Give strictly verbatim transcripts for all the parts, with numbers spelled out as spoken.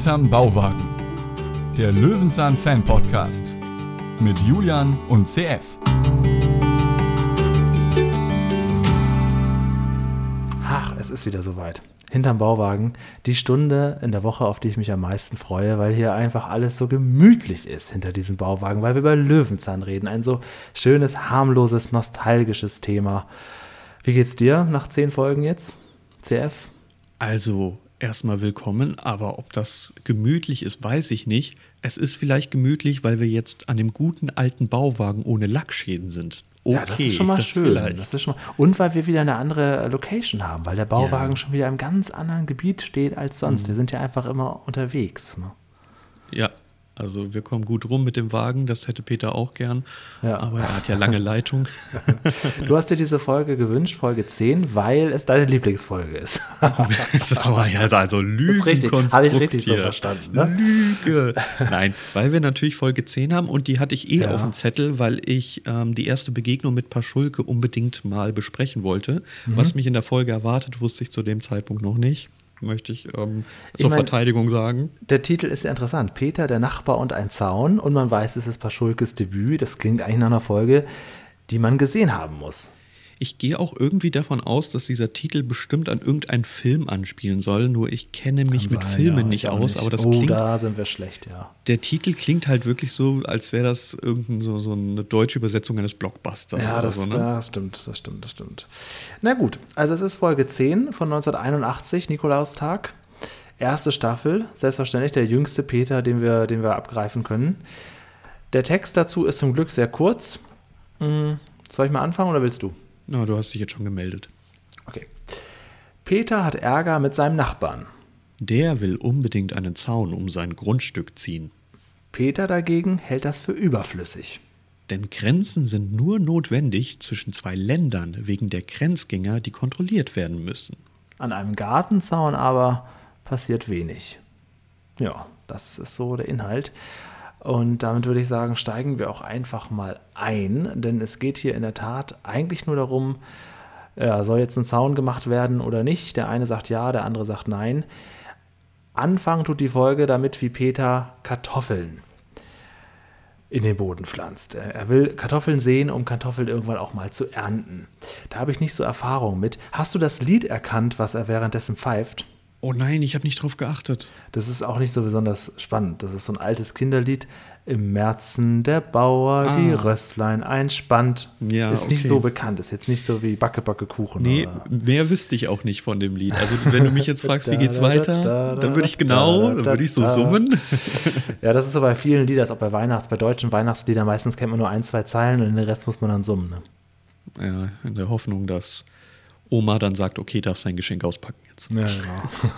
Hinterm Bauwagen, der Löwenzahn-Fan-Podcast mit Julian und C F. Ach, es ist wieder soweit. Hinterm Bauwagen, die Stunde in der Woche, auf die ich mich am meisten freue, weil hier einfach alles so gemütlich ist hinter diesem Bauwagen, weil wir über Löwenzahn reden. Ein so schönes, harmloses, nostalgisches Thema. Wie geht's dir nach zehn Folgen jetzt, C F? Also, erstmal willkommen, aber ob das gemütlich ist, weiß ich nicht. Es ist vielleicht gemütlich, weil wir jetzt an dem guten alten Bauwagen ohne Lackschäden sind. Okay, ja, das ist schon mal das schön. Das ist schon mal, und weil wir wieder eine andere Location haben, weil der Bauwagen ja. schon wieder im ganz anderen Gebiet steht als sonst. Mhm. Wir sind ja einfach immer unterwegs. Ne? Ja, also wir kommen gut rum mit dem Wagen, das hätte Peter auch gern, ja. aber er hat ja lange Leitung. Du hast dir diese Folge gewünscht, Folge zehn, weil es deine Lieblingsfolge ist. Aber ja, also Lügenkonstruktion. Habe ich richtig so verstanden. Ne? Lüge. Nein, weil wir natürlich Folge zehn haben und die hatte ich eh ja. auf dem Zettel, weil ich ähm, die erste Begegnung mit Paschulke unbedingt mal besprechen wollte. Mhm. Was mich in der Folge erwartet, wusste ich zu dem Zeitpunkt noch nicht. Möchte ich ähm, zur ich mein, Verteidigung sagen. Der Titel ist ja interessant. Peter, der Nachbar und ein Zaun. Und man weiß, es ist Paschulkes Debüt. Das klingt eigentlich nach einer Folge, die man gesehen haben muss. Ich gehe auch irgendwie davon aus, dass dieser Titel bestimmt an irgendeinen Film anspielen soll. Nur ich kenne mich Kann mit sein, Filmen ja, nicht aus. Nicht. Aber das oh, klingt, da sind wir schlecht, ja. Der Titel klingt halt wirklich so, als wäre das irgendeine so, so eine deutsche Übersetzung eines Blockbusters. Ja, das, so, ne? das stimmt, das stimmt, das stimmt. Na gut, also es ist Folge zehn von neunzehnhunderteinundachtzig, Nikolaustag. Erste Staffel, selbstverständlich der jüngste Peter, den wir, den wir abgreifen können. Der Text dazu ist zum Glück sehr kurz. Hm, soll ich mal anfangen oder willst du? Na, du hast dich jetzt schon gemeldet. Okay. Peter hat Ärger mit seinem Nachbarn. Der will unbedingt einen Zaun um sein Grundstück ziehen. Peter dagegen hält das für überflüssig. Denn Grenzen sind nur notwendig zwischen zwei Ländern wegen der Grenzgänger, die kontrolliert werden müssen. An einem Gartenzaun aber passiert wenig. Ja, das ist so der Inhalt. Und damit würde ich sagen, steigen wir auch einfach mal ein, denn es geht hier in der Tat eigentlich nur darum, ja, soll jetzt ein Zaun gemacht werden oder nicht. Der eine sagt ja, der andere sagt nein. Anfangen tut die Folge damit, wie Peter Kartoffeln in den Boden pflanzt. Er will Kartoffeln sehen, um Kartoffeln irgendwann auch mal zu ernten. Da habe ich nicht so Erfahrung mit. Hast du das Lied erkannt, was er währenddessen pfeift? Oh nein, ich habe nicht drauf geachtet. Das ist auch nicht so besonders spannend. Das ist so ein altes Kinderlied. Im Märzen der Bauer ah. die Rösslein einspannt. Ja, ist okay. nicht so bekannt. Ist jetzt nicht so wie Backe, Backe, Kuchen. Nee, oder? Mehr wüsste ich auch nicht von dem Lied. Also wenn du mich jetzt fragst, wie geht's weiter, dann würde ich genau, dann würde ich so summen. Ja, das ist so bei vielen Liedern, auch bei Weihnachts-, bei deutschen Weihnachtsliedern. Meistens kennt man nur ein, zwei Zeilen und den Rest muss man dann summen. Ne? Ja, in der Hoffnung, dass Oma dann sagt, okay, darf sein Geschenk auspacken jetzt. Ja, genau.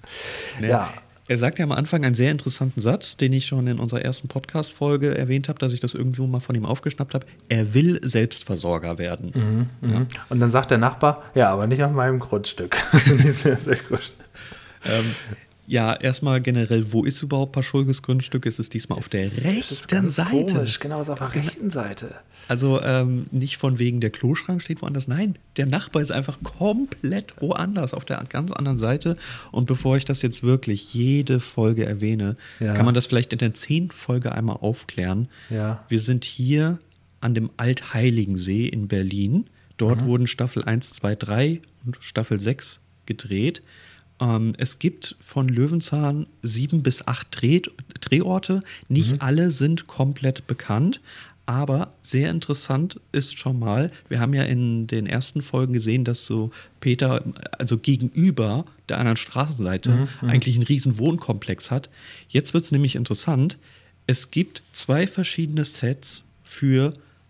ja. ja. Er sagt ja am Anfang einen sehr interessanten Satz, den ich schon in unserer ersten Podcast-Folge erwähnt habe, dass ich das irgendwo mal von ihm aufgeschnappt habe. Er will Selbstversorger werden. Mhm, ja. Und dann sagt der Nachbar, ja, aber nicht auf meinem Grundstück. Das ist sehr, sehr gut. Ähm, ja, erstmal generell, wo ist überhaupt Paschulkes Grundstück? Es ist diesmal auf der das rechten ist ganz Seite. Komisch, genau, ist auf der rechten Seite. Also ähm, nicht von wegen der Kloschrank steht woanders. Nein, der Nachbar ist einfach komplett woanders, auf der ganz anderen Seite. Und bevor ich das jetzt wirklich jede Folge erwähne, ja. kann man das vielleicht in der zehnten Folge einmal aufklären. Ja. Wir sind hier an dem Altheiligensee in Berlin. Dort mhm. wurden Staffel eins, zwei, drei und Staffel sechs gedreht. Ähm, es gibt von Löwenzahn sieben bis acht Dreh- Drehorte. Nicht mhm. alle sind komplett bekannt. Aber sehr interessant ist schon mal, wir haben ja in den ersten Folgen gesehen, dass so Peter, also gegenüber der anderen Straßenseite, mhm, eigentlich einen riesen Wohnkomplex hat. Jetzt wird es nämlich interessant. Es gibt zwei verschiedene Sets für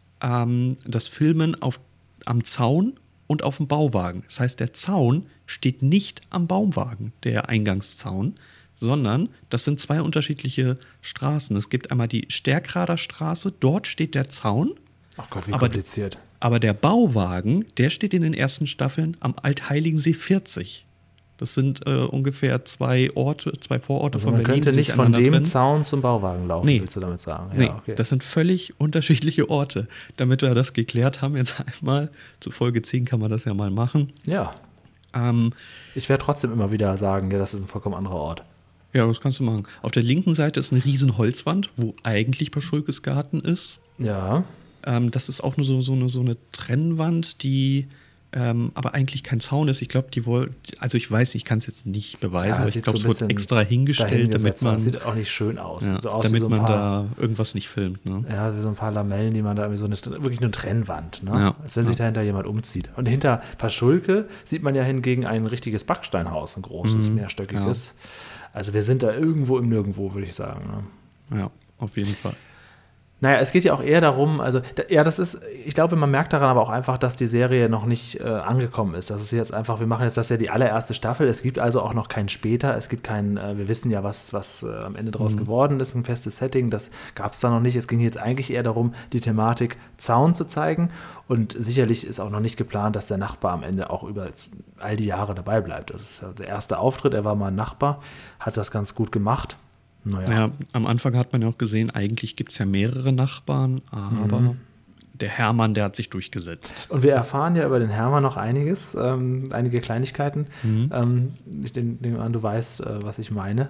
ähm, das Filmen auf, am Zaun und auf dem Bauwagen. Das heißt, der Zaun steht nicht am Bauwagen, der Eingangszaun, sondern das sind zwei unterschiedliche Straßen. Es gibt einmal die Stärkrader Straße, dort steht der Zaun. Ach Gott, wie aber, kompliziert. Aber der Bauwagen, der steht in den ersten Staffeln am Altheiligensee vierzig. Das sind äh, ungefähr zwei Orte, zwei Vororte also von man Berlin. Man könnte nicht von dem trennen. Zaun zum Bauwagen laufen, nee. willst du damit sagen? Ja, nee, okay. Das sind völlig unterschiedliche Orte. Damit wir das geklärt haben, jetzt einmal, zu Folge zehn kann man das ja mal machen. Ja. Ähm, ich werde trotzdem immer wieder sagen, ja, das ist ein vollkommen anderer Ort. Ja, das kannst du machen. Auf der linken Seite ist eine riesen Holzwand, wo eigentlich Paschulkes Garten ist. Ja. Ähm, das ist auch nur so, so, eine, so eine Trennwand, die ähm, aber eigentlich kein Zaun ist. Ich glaube, die wollen, also ich weiß, ich kann es jetzt nicht beweisen, Ja, aber ich glaube, so es wird extra hingestellt, damit man, das sieht auch nicht schön aus. ja, so aus damit so man paar, da irgendwas nicht filmt. Ne? Ja, wie so ein paar Lamellen, die man da irgendwie so eine, wirklich eine Trennwand, ne? Ja, als wenn sich ja. dahinter jemand umzieht. Und hinter Paschulke sieht man ja hingegen ein richtiges Backsteinhaus, ein großes, Mhm, mehrstöckiges. Ja. Also wir sind da irgendwo im Nirgendwo, würde ich sagen. Ne? Ja, auf jeden Fall. Naja, es geht ja auch eher darum, also, da, ja, das ist, ich glaube, man merkt daran aber auch einfach, dass die Serie noch nicht äh, angekommen ist. Das ist jetzt einfach, wir machen jetzt das ja die allererste Staffel, es gibt also auch noch keinen später, es gibt keinen, äh, wir wissen ja, was, was äh, am Ende draus mhm. geworden ist, ein festes Setting, das gab es da noch nicht. Es ging jetzt eigentlich eher darum, die Thematik Zaun zu zeigen und sicherlich ist auch noch nicht geplant, dass der Nachbar am Ende auch über all die Jahre dabei bleibt. Das ist ja der erste Auftritt, er war mal ein Nachbar, hat das ganz gut gemacht. Naja. Ja, am Anfang hat man ja auch gesehen, eigentlich gibt es ja mehrere Nachbarn, aber mhm. der Hermann, der hat sich durchgesetzt. Und wir erfahren ja über den Hermann noch einiges, ähm, einige Kleinigkeiten. Mhm. Ähm, ich nehme an, du weißt, äh, was ich meine.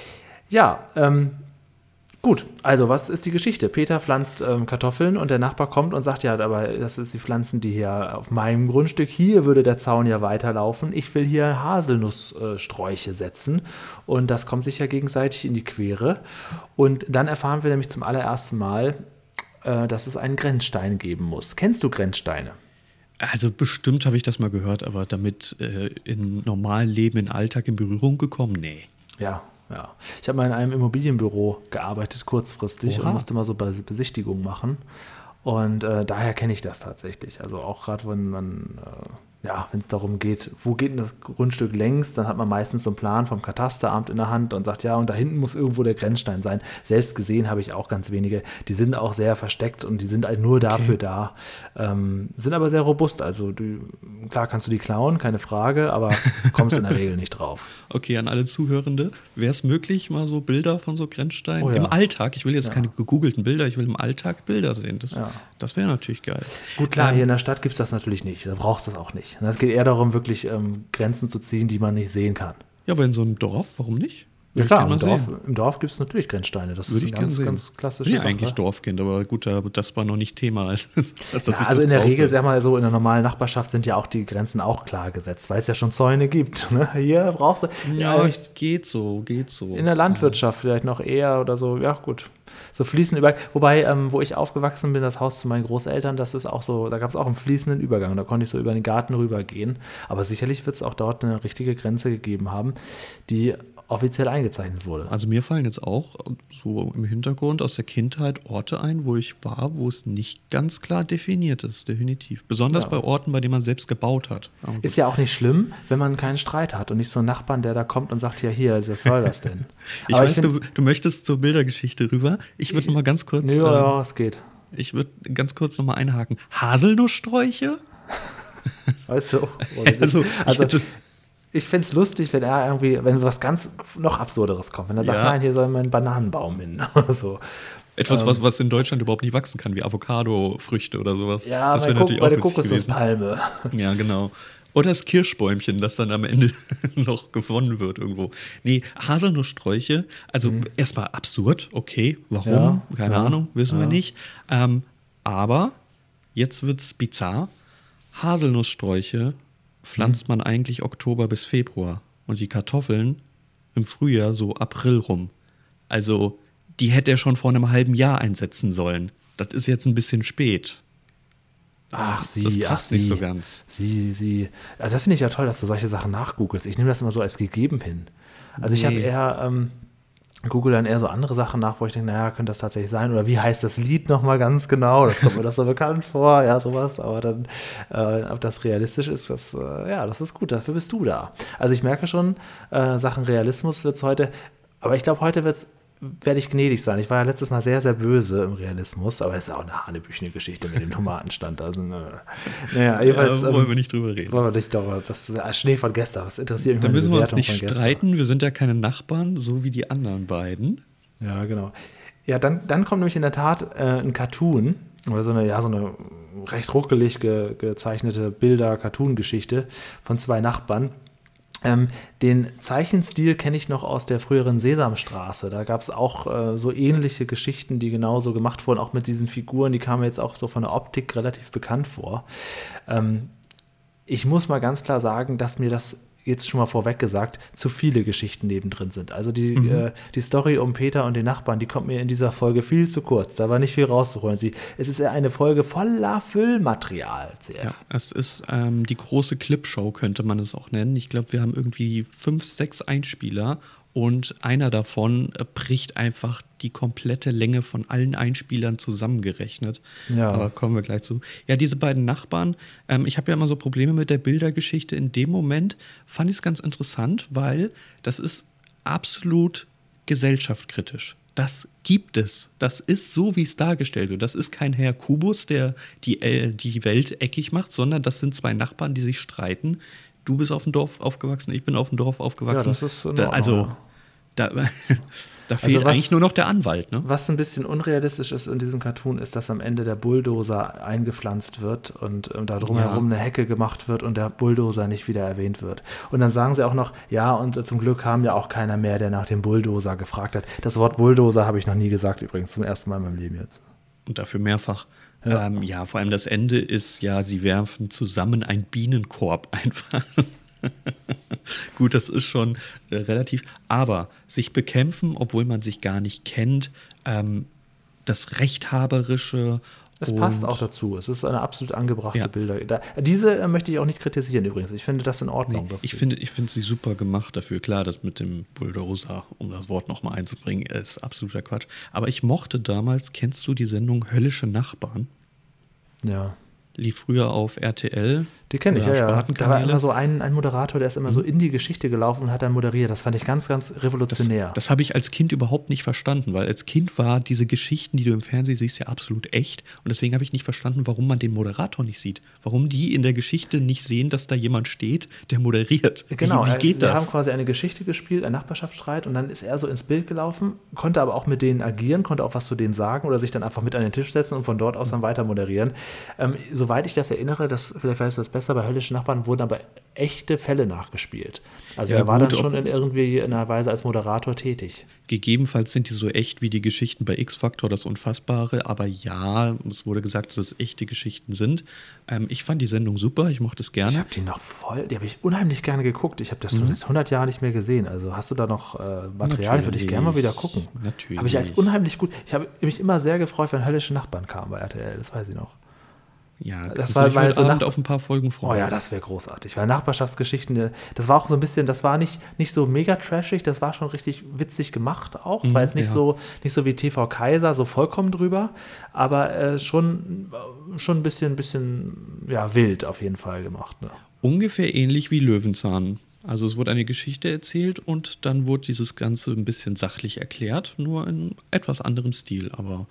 Ja, ähm, gut, also was ist die Geschichte? Peter pflanzt ähm, Kartoffeln und der Nachbar kommt und sagt, ja, aber das ist die Pflanzen, die hier auf meinem Grundstück, hier würde der Zaun ja weiterlaufen. Ich will hier Haselnusssträuche äh, setzen und das kommt sich ja gegenseitig in die Quere. Und dann erfahren wir nämlich zum allerersten Mal, äh, dass es einen Grenzstein geben muss. Kennst du Grenzsteine? Also bestimmt habe ich das mal gehört, aber damit äh, im normalen Leben, im Alltag in Berührung gekommen? Nee. Ja. Ja, ich habe mal in einem Immobilienbüro gearbeitet, kurzfristig, Oha. und musste mal so Besichtigungen machen. Und äh, daher kenne ich das tatsächlich. Also auch gerade, wenn man, äh, ja, wenn es darum geht, wo geht denn das Grundstück längs, dann hat man meistens so einen Plan vom Katasteramt in der Hand und sagt, ja, und da hinten muss irgendwo der Grenzstein sein. Selbst gesehen habe ich auch ganz wenige. Die sind auch sehr versteckt und die sind halt nur dafür okay. da. Ähm, sind aber sehr robust. Also du, klar kannst du die klauen, keine Frage, aber kommst in der Regel nicht drauf. Okay, an alle Zuhörende, wäre es möglich, mal so Bilder von so Grenzsteinen oh ja. im Alltag? Ich will jetzt ja. keine gegoogelten Bilder, ich will im Alltag Bilder sehen. Das, ja. das wäre natürlich geil. Gut, klar, ähm, hier in der Stadt gibt es das natürlich nicht. Da brauchst du das auch nicht. Es geht eher darum, wirklich ähm, Grenzen zu ziehen, die man nicht sehen kann. Ja, aber in so einem Dorf, warum nicht? Ja klar, im Dorf, im Dorf gibt es natürlich Grenzsteine. Das Würde ist ein ganz, ganz klassisches. Ich bin ja eigentlich Dorfkind, aber gut, das war noch nicht Thema. Als, als ja, also in der Regel, sag mal so, in der normalen Nachbarschaft sind ja auch die Grenzen auch klar gesetzt, weil es ja schon Zäune gibt. Ne? Hier brauchst du. Ja, ja geht so, geht so. In der Landwirtschaft ja. vielleicht noch eher oder so, ja gut. So fließend über. Wobei, ähm, wo ich aufgewachsen bin, das Haus zu meinen Großeltern, das ist auch so, da gab es auch einen fließenden Übergang. Da konnte ich so über den Garten rübergehen. Aber sicherlich wird es auch dort eine richtige Grenze gegeben haben, die offiziell eingezeichnet wurde. Also mir fallen jetzt auch so im Hintergrund aus der Kindheit Orte ein, wo ich war, wo es nicht ganz klar definiert ist, definitiv. Besonders ja. bei Orten, bei denen man selbst gebaut hat. Ist ja auch nicht schlimm, wenn man keinen Streit hat und nicht so einen Nachbarn, der da kommt und sagt, ja hier, was soll das denn? ich Aber weiß, ich find, du, du möchtest zur Bildergeschichte rüber. Ich würde noch mal ganz kurz... Nö, ja, es geht. Ich würde ganz kurz noch mal einhaken. Haselnusssträuche? Weißt du? also, also ich, ich finde es lustig, wenn er irgendwie, wenn was ganz noch Absurderes kommt. Wenn er sagt, ja. nein, hier soll mein Bananenbaum hin oder so. Etwas, ähm, was, was in Deutschland überhaupt nicht wachsen kann, wie Avocado-Früchte oder sowas. Ja, das wäre natürlich auch bei der witzig gewesen. Kokosnusspalme. Ja, genau. Oder das Kirschbäumchen, das dann am Ende noch gewonnen wird irgendwo. Nee, Haselnusssträuche, also mhm. erstmal absurd, okay, warum? Ja, Keine ja, Ahnung, wissen ja. wir nicht. Ähm, aber jetzt wird's bizarr. Haselnusssträuche pflanzt mhm. man eigentlich Oktober bis Februar und die Kartoffeln im Frühjahr so April rum. Also die hätte er schon vor einem halben Jahr einsetzen sollen. Das ist jetzt ein bisschen spät. Ach, das, sie, das passt ach, nicht sie, so ganz. Sie, sie. Also das finde ich ja toll, dass du solche Sachen nachgoogelst. Ich nehme das immer so als gegeben hin. Also nee. ich habe eher, ähm, google dann eher so andere Sachen nach, wo ich denke, naja, könnte das tatsächlich sein? Oder wie heißt das Lied nochmal ganz genau? Das kommt mir das so bekannt vor, ja, sowas. Aber dann, äh, ob das realistisch ist, das, äh, ja, das ist gut, dafür bist du da. Also ich merke schon, äh, Sachen Realismus wird es heute, aber ich glaube, heute wird's werde ich gnädig sein. Ich war ja letztes Mal sehr, sehr böse im Realismus, aber es ist ja auch eine hanebüchene Geschichte mit dem Tomatenstand. Also, naja, jedenfalls. Ja, wollen ähm, wir nicht drüber reden. Wollen wir nicht darüber. Das ist Schnee von gestern. Was interessiert mich? Da müssen wir uns nicht streiten. Wir sind ja keine Nachbarn, so wie die anderen beiden. Ja, genau. Ja, dann, dann kommt nämlich in der Tat äh, ein Cartoon oder so eine, ja, so eine recht ruckelig ge, gezeichnete Bilder-Cartoon-Geschichte von zwei Nachbarn. Ähm, den Zeichenstil kenne ich noch aus der früheren Sesamstraße. Da gab es auch äh, so ähnliche Geschichten, die genauso gemacht wurden, auch mit diesen Figuren, die kamen jetzt auch so von der Optik relativ bekannt vor. Ähm, ich muss mal ganz klar sagen, dass mir das jetzt schon mal vorweg gesagt, zu viele Geschichten nebendrin sind. Also die, mhm. äh, die Story um Peter und den Nachbarn, die kommt mir in dieser Folge viel zu kurz. Da war nicht viel rauszuholen. Sie, es ist eher eine Folge voller Füllmaterial, C F. Ja, es ist ähm, die große Clipshow, könnte man es auch nennen. Ich glaube, wir haben irgendwie fünf, sechs Einspieler und einer davon äh, bricht einfach die komplette Länge von allen Einspielern zusammengerechnet. Ja. Aber kommen wir gleich zu. Ja, diese beiden Nachbarn, ähm, ich habe ja immer so Probleme mit der Bildergeschichte. In dem Moment fand ich es ganz interessant, weil das ist absolut gesellschaftskritisch. Das gibt es. Das ist so, wie es dargestellt wird. Das ist kein Herr Kubus, der die, äh, die Welt eckig macht, sondern das sind zwei Nachbarn, die sich streiten. Du bist auf dem Dorf aufgewachsen, ich bin auf dem Dorf aufgewachsen. Ja, das ist in da, also da, da fehlt also was, eigentlich nur noch der Anwalt. Ne? Was ein bisschen unrealistisch ist in diesem Cartoon, ist, dass am Ende der Bulldozer eingepflanzt wird und ähm, da drumherum ja. eine Hecke gemacht wird und der Bulldozer nicht wieder erwähnt wird. Und dann sagen sie auch noch, ja, und äh, zum Glück kam ja auch keiner mehr, der nach dem Bulldozer gefragt hat. Das Wort Bulldozer habe ich noch nie gesagt, übrigens, zum ersten Mal in meinem Leben jetzt. Und dafür mehrfach. Ja. Ähm, ja, vor allem das Ende ist ja, sie werfen zusammen einen Bienenkorb einfach. Gut, das ist schon äh, relativ. Aber sich bekämpfen, obwohl man sich gar nicht kennt, ähm, das Rechthaberische. Das passt auch dazu. Es ist eine absolut angebrachte ja. Bilder. Da, diese äh, möchte ich auch nicht kritisieren übrigens. Ich finde das in Ordnung. Nee, ich finde ich finde sie super gemacht dafür. Klar, das mit dem Bulldozer, um das Wort nochmal einzubringen, ist absoluter Quatsch. Aber ich mochte damals, kennst du die Sendung Höllische Nachbarn? Ja. Lief früher auf R T L. Die kenne ich, ja, ja. Da war immer so ein, ein Moderator, der ist immer mhm. so in die Geschichte gelaufen und hat dann moderiert. Das fand ich ganz, ganz revolutionär. Das, das habe ich als Kind überhaupt nicht verstanden, weil als Kind war diese Geschichten, die du im Fernsehen siehst, ja absolut echt. Und deswegen habe ich nicht verstanden, warum man den Moderator nicht sieht. Warum die in der Geschichte nicht sehen, dass da jemand steht, der moderiert. Genau, wie, wie geht sie das? haben quasi eine Geschichte gespielt, ein Nachbarschaftsstreit, und dann ist er so ins Bild gelaufen, konnte aber auch mit denen agieren, konnte auch was zu denen sagen oder sich dann einfach mit an den Tisch setzen und von dort aus dann weiter moderieren. Ähm, soweit ich das erinnere, das, vielleicht weißt du das besser, bei Höllischen Nachbarn wurden aber echte Fälle nachgespielt. Also ja, er war gut, dann schon in irgendwie in einer Weise als Moderator tätig. Gegebenenfalls sind die so echt wie die Geschichten bei X-Factor, das Unfassbare, aber ja, es wurde gesagt, dass es echte Geschichten sind. Ähm, ich fand die Sendung super, ich mochte es gerne. Ich habe die noch voll, die habe ich unheimlich gerne geguckt. Ich habe das mhm. seit hundert Jahren nicht mehr gesehen. Also hast du da noch äh, Material, würde ich gerne mal wieder gucken. Natürlich. Habe ich als unheimlich gut, ich habe mich immer sehr gefreut, wenn Höllische Nachbarn kamen bei R T L, das weiß ich noch. Ja, das war mal so Abend nach- auf ein paar Folgen freuen. Oh ja, das wäre großartig, weil Nachbarschaftsgeschichten, das war auch so ein bisschen, das war nicht, nicht so mega trashig, das war schon richtig witzig gemacht auch. Es war jetzt nicht, ja. so, nicht so wie T V Kaiser, so vollkommen drüber, aber äh, schon, schon ein bisschen, bisschen ja, wild auf jeden Fall gemacht. Ne? Ungefähr ähnlich wie Löwenzahn. Also es wurde eine Geschichte erzählt und dann wurde dieses Ganze ein bisschen sachlich erklärt, nur in etwas anderem Stil, aber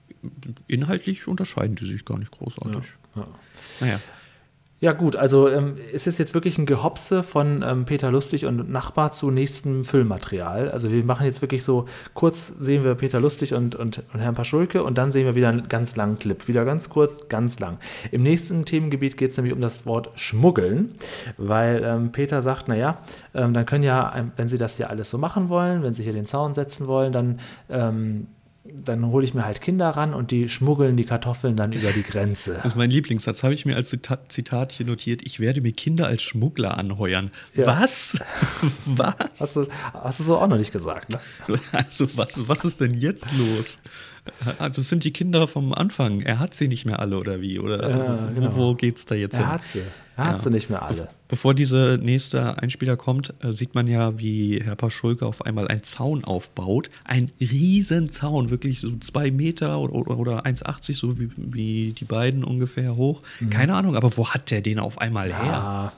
inhaltlich unterscheiden die sich gar nicht großartig. Ja, ja. Naja. Ja gut, also ähm, es ist jetzt wirklich ein Gehopse von ähm, Peter Lustig und Nachbar zu nächstem Füllmaterial. Also wir machen jetzt wirklich so, kurz sehen wir Peter Lustig und, und, und Herrn Paschulke und dann sehen wir wieder einen ganz langen Clip. Wieder ganz kurz, ganz lang. Im nächsten Themengebiet geht es nämlich um das Wort Schmuggeln, weil ähm, Peter sagt, naja, ähm, dann können ja, wenn Sie das hier alles so machen wollen, wenn Sie hier den Zaun setzen wollen, dann ähm, dann hole ich mir halt Kinder ran und die schmuggeln die Kartoffeln dann über die Grenze. Das ist mein Lieblingssatz, habe ich mir als Zitat, Zitat hier notiert. Ich werde mir Kinder als Schmuggler anheuern. Ja. Was? Was? Hast du, hast du so auch noch nicht gesagt, ne? Also was, was ist denn jetzt los? Also es sind die Kinder vom Anfang. Er hat sie nicht mehr alle oder wie? Oder ja, wo, genau. wo geht's da jetzt er hin? Hat sie. Er hat ja. sie nicht mehr alle. Be- bevor dieser nächste Einspieler kommt, äh, sieht man ja, wie Herr Paschulke auf einmal einen Zaun aufbaut. Ein Riesenzaun, wirklich so zwei Meter oder, oder eins Komma achtzig, so wie, wie die beiden ungefähr hoch. Mhm. Keine Ahnung, aber wo hat der den auf einmal ja. her?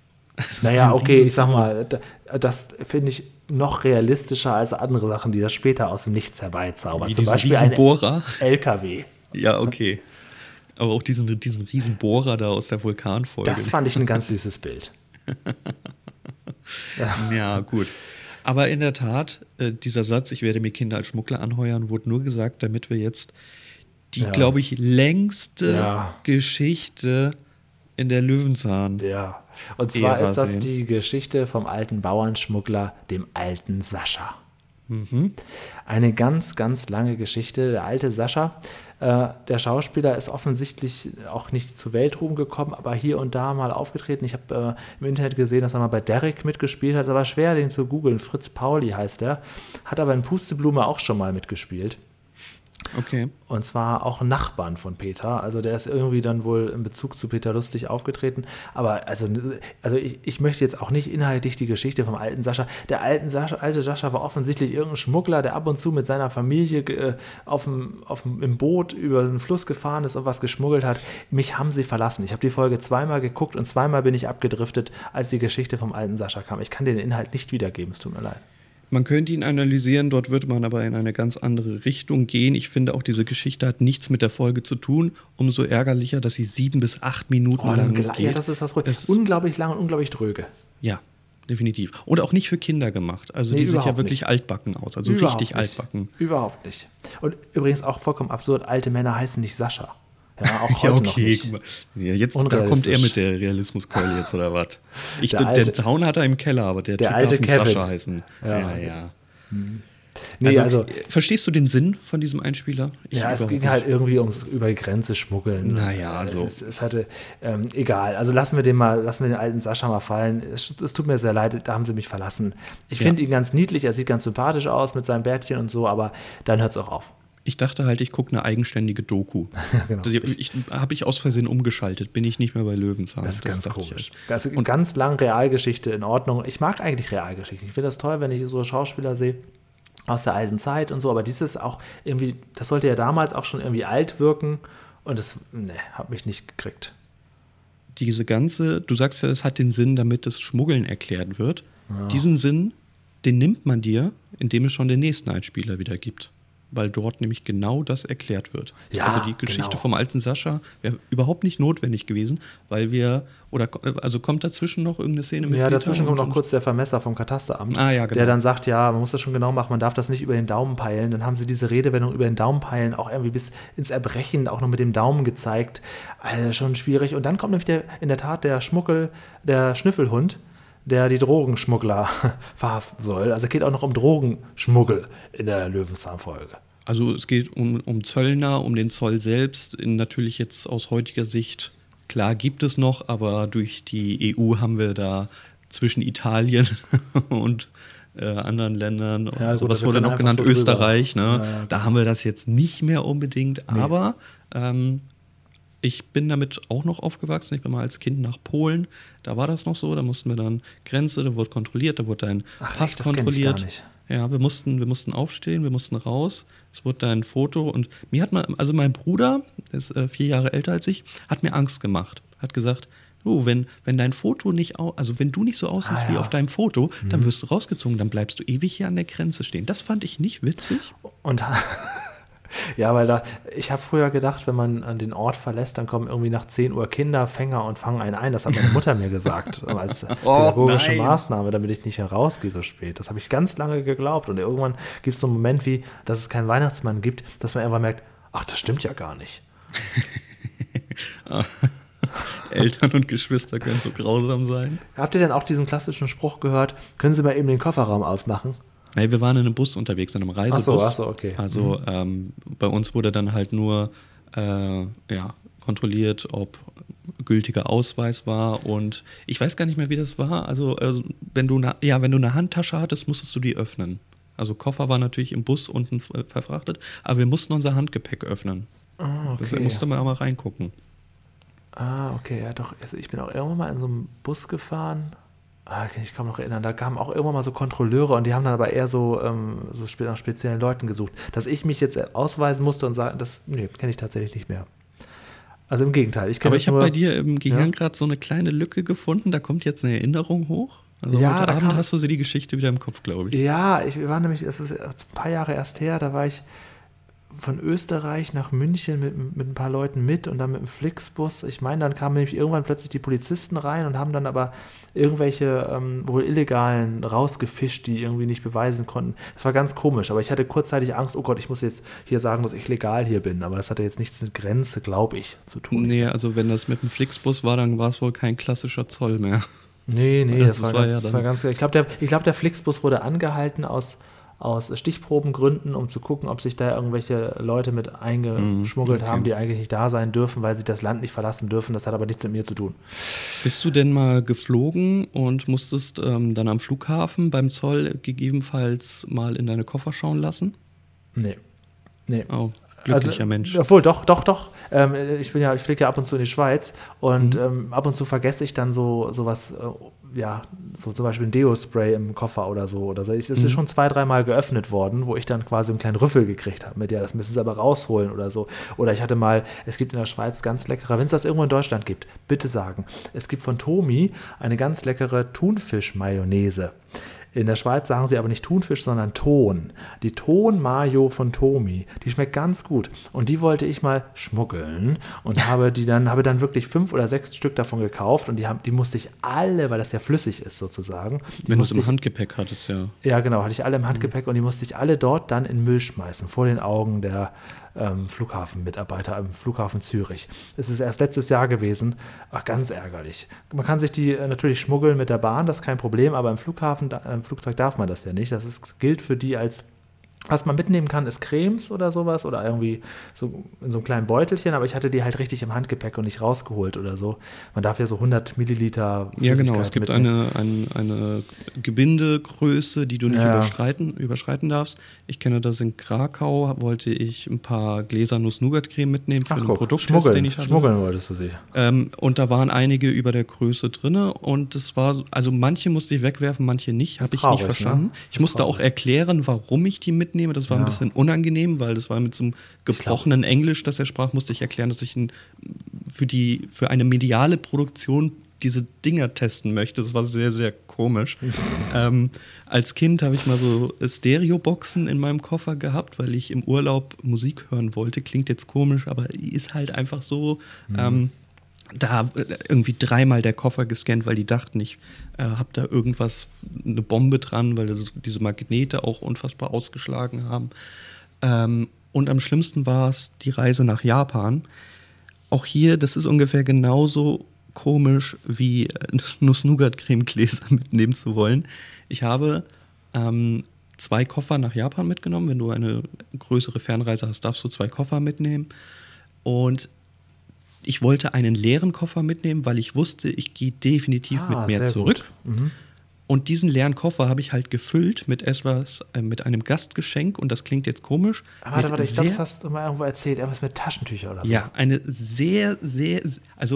Naja, okay, ich sag mal, das finde ich noch realistischer als andere Sachen, die das später aus dem Nichts herbeizaubern. Wie Zum Beispiel ein Bohrer. L K W. Ja, okay. Aber auch diesen, diesen riesen Bohrer da aus der Vulkanfolge. Das fand ich ein ganz süßes Bild. ja. ja, gut. Aber in der Tat, äh, dieser Satz, ich werde mir Kinder als Schmuggler anheuern, wurde nur gesagt, damit wir jetzt die, ja. glaube ich, längste ja. Geschichte in der Löwenzahn ja. Und zwar Ära ist das sehen. die Geschichte vom alten Bauernschmuggler, dem alten Sascha. Mhm. Eine ganz, ganz lange Geschichte. Der alte Sascha, äh, der Schauspieler, ist offensichtlich auch nicht zu Weltruhm gekommen, aber hier und da mal aufgetreten. Ich habe äh, im Internet gesehen, dass er mal bei Derrick mitgespielt hat. Es war schwer, den zu googeln. Fritz Pauli heißt er. Hat aber in Pusteblume auch schon mal mitgespielt. Okay. Und zwar auch Nachbarn von Peter. Also der ist irgendwie dann wohl in Bezug zu Peter Lustig aufgetreten. Aber also, also ich, ich möchte jetzt auch nicht inhaltlich die Geschichte vom alten Sascha. Der alten Sascha, alte Sascha war offensichtlich irgendein Schmuggler, der ab und zu mit seiner Familie äh, auf dem, auf dem, im Boot über den Fluss gefahren ist und was geschmuggelt hat. Mich haben sie verlassen. Ich habe die Folge zweimal geguckt und zweimal bin ich abgedriftet, als die Geschichte vom alten Sascha kam. Ich kann den Inhalt nicht wiedergeben, es tut mir leid. Man könnte ihn analysieren, dort würde man aber in eine ganz andere Richtung gehen. Ich finde auch, diese Geschichte hat nichts mit der Folge zu tun. Umso ärgerlicher, dass sie sieben bis acht Minuten Oh, lang gel- geht. ja, das ist das Problem. Es ist- Unglaublich lang und unglaublich dröge. Ja, definitiv. Und auch nicht für Kinder gemacht. Also Nee, die sieht ja überhaupt wirklich nicht. altbacken aus. Also Überhaupt richtig nicht. altbacken. Überhaupt nicht. Und übrigens auch vollkommen absurd, alte Männer heißen nicht Sascha. Ja, auch heute Ja, noch okay. nicht. Guck mal. Ja, jetzt, da Unrealistisch. kommt er mit der Realismuskeule jetzt, oder was? Ich, Der der, alte- der Zaun hat er im Keller, aber der, Der Typ alte darf nicht Kevin. Sascha heißen. Ja. Ja, ja. Nee, also, also, verstehst du den Sinn von diesem Einspieler? Ich ja, es überhaupt ging nicht. halt irgendwie ums über die Grenze schmuggeln. Naja, also- Es, es hatte, ähm, egal, also lassen wir den mal, lassen wir den alten Sascha mal fallen. Es, es tut mir sehr leid, da haben sie mich verlassen. Ich Ja. finde ihn ganz niedlich, er sieht ganz sympathisch aus mit seinem Bärtchen und so, aber dann hört es auch auf. Ich dachte halt, ich gucke eine eigenständige Doku. genau. Das- Ich, ich, Habe ich aus Versehen umgeschaltet, bin ich nicht mehr bei Löwenzahn. Das ist ganz dachte ich komisch. halt. Also ganz lang Realgeschichte in Ordnung. Ich mag eigentlich Realgeschichten. Ich finde das toll, wenn ich so Schauspieler sehe aus der alten Zeit und so, aber dieses auch irgendwie, das sollte ja damals auch schon irgendwie alt wirken und das, ne, hat mich nicht gekriegt. Diese ganze, du sagst ja, es hat den Sinn, damit das Schmuggeln erklärt wird. Diesen Sinn, den nimmt man dir, indem es schon den nächsten Einspieler wieder gibt. Weil dort nämlich genau das erklärt wird. Ja, also die Geschichte genau. vom alten Sascha wäre überhaupt nicht notwendig gewesen, weil wir, oder also kommt dazwischen noch irgendeine Szene mit Ja, Peter dazwischen kommt und- noch kurz der Vermesser vom Katasteramt, Ah, ja, genau. der dann sagt, ja, man muss das schon genau machen, man darf das nicht über den Daumen peilen. Dann haben sie diese Redewendung über den Daumen peilen auch irgendwie bis ins Erbrechen auch noch mit dem Daumen gezeigt. Also schon schwierig. Und dann kommt nämlich der, in der Tat der Schmuggel, der Schnüffelhund, der die Drogenschmuggler verhaften soll. Also es geht auch noch um Drogenschmuggel in der Löwenzahn-Folge. Also es geht um, um Zöllner, um den Zoll selbst. In, natürlich jetzt aus heutiger Sicht, klar gibt es noch, aber durch die E U haben wir da zwischen Italien und äh, anderen Ländern, Ja, gut, sowas wir wurde können noch einfach genannt, so drüber. Österreich, ne? Ja, ja, Da haben wir das jetzt nicht mehr unbedingt, aber ähm, ich bin damit auch noch aufgewachsen. Ich bin mal als Kind nach Polen, da war das noch so, da mussten wir dann Grenze, da wurde kontrolliert, da wurde dein Ach, Pass echt? Das kenn ich kontrolliert. gar nicht. Ja, wir mussten, wir mussten aufstehen, wir mussten raus. Es wurde dann ein Foto und mir hat man, also mein Bruder, der ist äh, vier Jahre älter als ich, hat mir Angst gemacht. Hat gesagt, du, wenn, wenn dein Foto nicht, au also wenn du nicht so aussiehst Ah, wie ja. auf deinem Foto, dann wirst du rausgezogen, dann bleibst du ewig hier an der Grenze stehen. Das fand ich nicht witzig. Und ja, weil da, ich habe früher gedacht, wenn man an den Ort verlässt, dann kommen irgendwie nach zehn Uhr Kinderfänger und fangen einen ein. Das hat meine Mutter mir gesagt, als Oh, pädagogische nein. Maßnahme, damit ich nicht herausgehe so spät. Das habe ich ganz lange geglaubt. Und irgendwann gibt es so einen Moment wie, dass es keinen Weihnachtsmann gibt, dass man irgendwann merkt, ach, das stimmt ja gar nicht. Eltern und Geschwister können so grausam sein. Habt ihr denn auch diesen klassischen Spruch gehört, können Sie mal eben den Kofferraum aufmachen? Nee, wir waren in einem Bus unterwegs, in einem Reisebus. Ach so, ach so, okay. Also ähm, bei uns wurde dann halt nur äh, ja, kontrolliert, ob gültiger Ausweis war und ich weiß gar nicht mehr, wie das war. Also, also wenn du eine, ja, wenn du eine Handtasche hattest, musstest du die öffnen. Also Koffer war natürlich im Bus unten ver- verfrachtet, aber wir mussten unser Handgepäck öffnen. Ah, Da musste man auch mal reingucken. Ah, okay, ja doch. Also ich bin auch irgendwann mal in so einem Bus gefahren. Ah, kann ich kaum noch erinnern. Da kamen auch irgendwann mal so Kontrolleure und die haben dann aber eher so, ähm, so spe nach speziellen Leuten gesucht. Dass ich mich jetzt ausweisen musste und sagen, das nee, kenne ich tatsächlich nicht mehr. Also im Gegenteil. Ich kenne Aber das ich habe nur- bei dir im Gehirn Ja? gerade so eine kleine Lücke gefunden, da kommt jetzt eine Erinnerung hoch. Also Ja, heute da Abend kam- hast du sie die Geschichte wieder im Kopf, glaube ich. Ja, ich wir waren nämlich, das ist ein paar Jahre erst her, da war ich von Österreich nach München mit, mit ein paar Leuten mit und dann mit dem Flixbus. Ich meine, dann kamen nämlich irgendwann plötzlich die Polizisten rein und haben dann aber irgendwelche ähm, wohl Illegalen rausgefischt, die irgendwie nicht beweisen konnten. Das war ganz komisch, aber ich hatte kurzzeitig Angst, oh Gott, ich muss jetzt hier sagen, dass ich legal hier bin, aber das hatte jetzt nichts mit Grenze, glaube ich, zu tun. Nee, also wenn das mit dem Flixbus war, dann war es wohl kein klassischer Zoll mehr. Nee, nee, das, das, war, war, ganz, ja das war ganz, ich glaube, der, ich glaub, der Flixbus wurde angehalten aus aus Stichprobengründen, um zu gucken, ob sich da irgendwelche Leute mit eingeschmuggelt mm, okay. haben, die eigentlich nicht da sein dürfen, weil sie das Land nicht verlassen dürfen. Das hat aber nichts mit mir zu tun. Bist du denn mal geflogen und musstest ähm, dann am Flughafen beim Zoll gegebenenfalls mal in deine Koffer schauen lassen? Nee. Nee. Oh, glücklicher also, Mensch. Obwohl, doch, doch, doch. Ähm, ich bin ja, ich fliege ja ab und zu in die Schweiz und mhm. ähm, ab und zu vergesse ich dann so sowas, äh, ja, so zum Beispiel ein Deo-Spray im Koffer oder so. Oder so. Es ist mhm. schon zwei, dreimal geöffnet worden, wo ich dann quasi einen kleinen Rüffel gekriegt habe mit, ja, das müssen sie aber rausholen oder so. Oder ich hatte mal, es gibt in der Schweiz ganz leckere, wenn es das irgendwo in Deutschland gibt, bitte sagen, es gibt von Tomi eine ganz leckere Thunfisch-Mayonnaise. In der Schweiz sagen sie aber nicht Thunfisch, sondern Ton. Die Ton-Mayo von Tomi, die schmeckt ganz gut. Und die wollte ich mal schmuggeln und habe die dann, habe dann wirklich fünf oder sechs Stück davon gekauft und die, haben, die musste ich alle, weil das ja flüssig ist sozusagen. Wenn du es im ich, Handgepäck hattest, ja. Ja, genau, hatte ich alle im Handgepäck mhm. und die musste ich alle dort dann in Müll schmeißen, vor den Augen der ähm, Flughafenmitarbeiter am Flughafen Zürich. Es ist erst letztes Jahr gewesen. Ach, ganz ärgerlich. Man kann sich die äh, natürlich schmuggeln mit der Bahn, das ist kein Problem, aber im Flughafen, da, im Flugzeug darf man das ja nicht. Das ist, gilt für die als, was man mitnehmen kann, ist Cremes oder sowas oder irgendwie so in so einem kleinen Beutelchen, aber ich hatte die halt richtig im Handgepäck und nicht rausgeholt oder so. Man darf ja so hundert Milliliter Ja, genau, es gibt eine, eine, eine Gebindegröße, die du nicht ja. überschreiten, überschreiten darfst. Ich kenne das in Krakau, wollte ich ein paar Gläser Nuss-Nougat-Creme mitnehmen für Ach, einen guck, Produkttest, den ich hatte. Schmuggeln wolltest du sie. Ähm, und da waren einige über der Größe drin und das war, also manche musste ich wegwerfen, manche nicht, habe ich traurig, nicht verstanden. Ne? Ich musste traurig. auch erklären, warum ich die mitnehme. Das war ja. ein bisschen unangenehm, weil das war mit so einem gebrochenen Englisch, das er sprach, musste ich erklären, dass ich ein, für, die, für eine mediale Produktion diese Dinger testen möchte. Das war sehr, sehr komisch. Mhm. Ähm, als Kind habe ich mal so Stereoboxen in meinem Koffer gehabt, weil ich im Urlaub Musik hören wollte. Klingt jetzt komisch, aber ist halt einfach so. Mhm. Ähm, da irgendwie dreimal der Koffer gescannt, weil die dachten, ich äh, habe da irgendwas, eine Bombe dran, weil das, diese Magnete auch unfassbar ausgeschlagen haben. Ähm, und am schlimmsten war es die Reise nach Japan. Auch hier, das ist ungefähr genauso komisch wie Nuss-Nougat-Creme-Gläser mitnehmen zu wollen. Ich habe ähm, zwei Koffer nach Japan mitgenommen. Wenn du eine größere Fernreise hast, darfst du zwei Koffer mitnehmen. Und ich wollte einen leeren Koffer mitnehmen, weil ich wusste, ich gehe definitiv ah, mit mehr zurück. Mhm. Und diesen leeren Koffer habe ich halt gefüllt mit etwas, äh, mit einem Gastgeschenk. Und das klingt jetzt komisch. Aber warte, warte, ich glaube, das hast du mal irgendwo erzählt. Irgendwas mit Taschentüchern oder so. Ja, eine sehr, sehr, also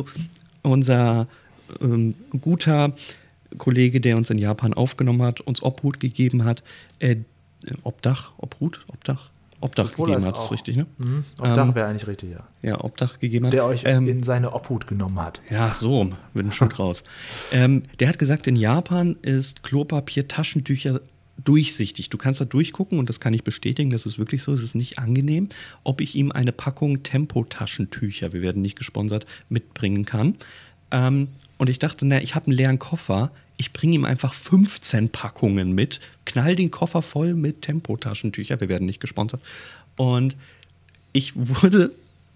unser ähm, guter Kollege, der uns in Japan aufgenommen hat, uns Obhut gegeben hat, äh, Obdach, Obhut, Obdach, Obdach gegeben hat, ist richtig, ne? Mhm. Obdach ähm, wäre eigentlich richtig, ja. Ja, Obdach gegeben hat. Der euch ähm, in seine Obhut genommen hat. Ja, so, mit dem Schutt raus. Ähm, der hat gesagt, in Japan ist Klopapier, Taschentücher durchsichtig. Du kannst da durchgucken und das kann ich bestätigen, das ist wirklich so, es ist nicht angenehm, ob ich ihm eine Packung Tempo-Taschentücher, wir werden nicht gesponsert, mitbringen kann. Ähm, und ich dachte, na, ich habe einen leeren Koffer, ich bringe ihm einfach fünfzehn Packungen mit, knall den Koffer voll mit Tempo-Taschentücher, wir werden nicht gesponsert. Und ich wurde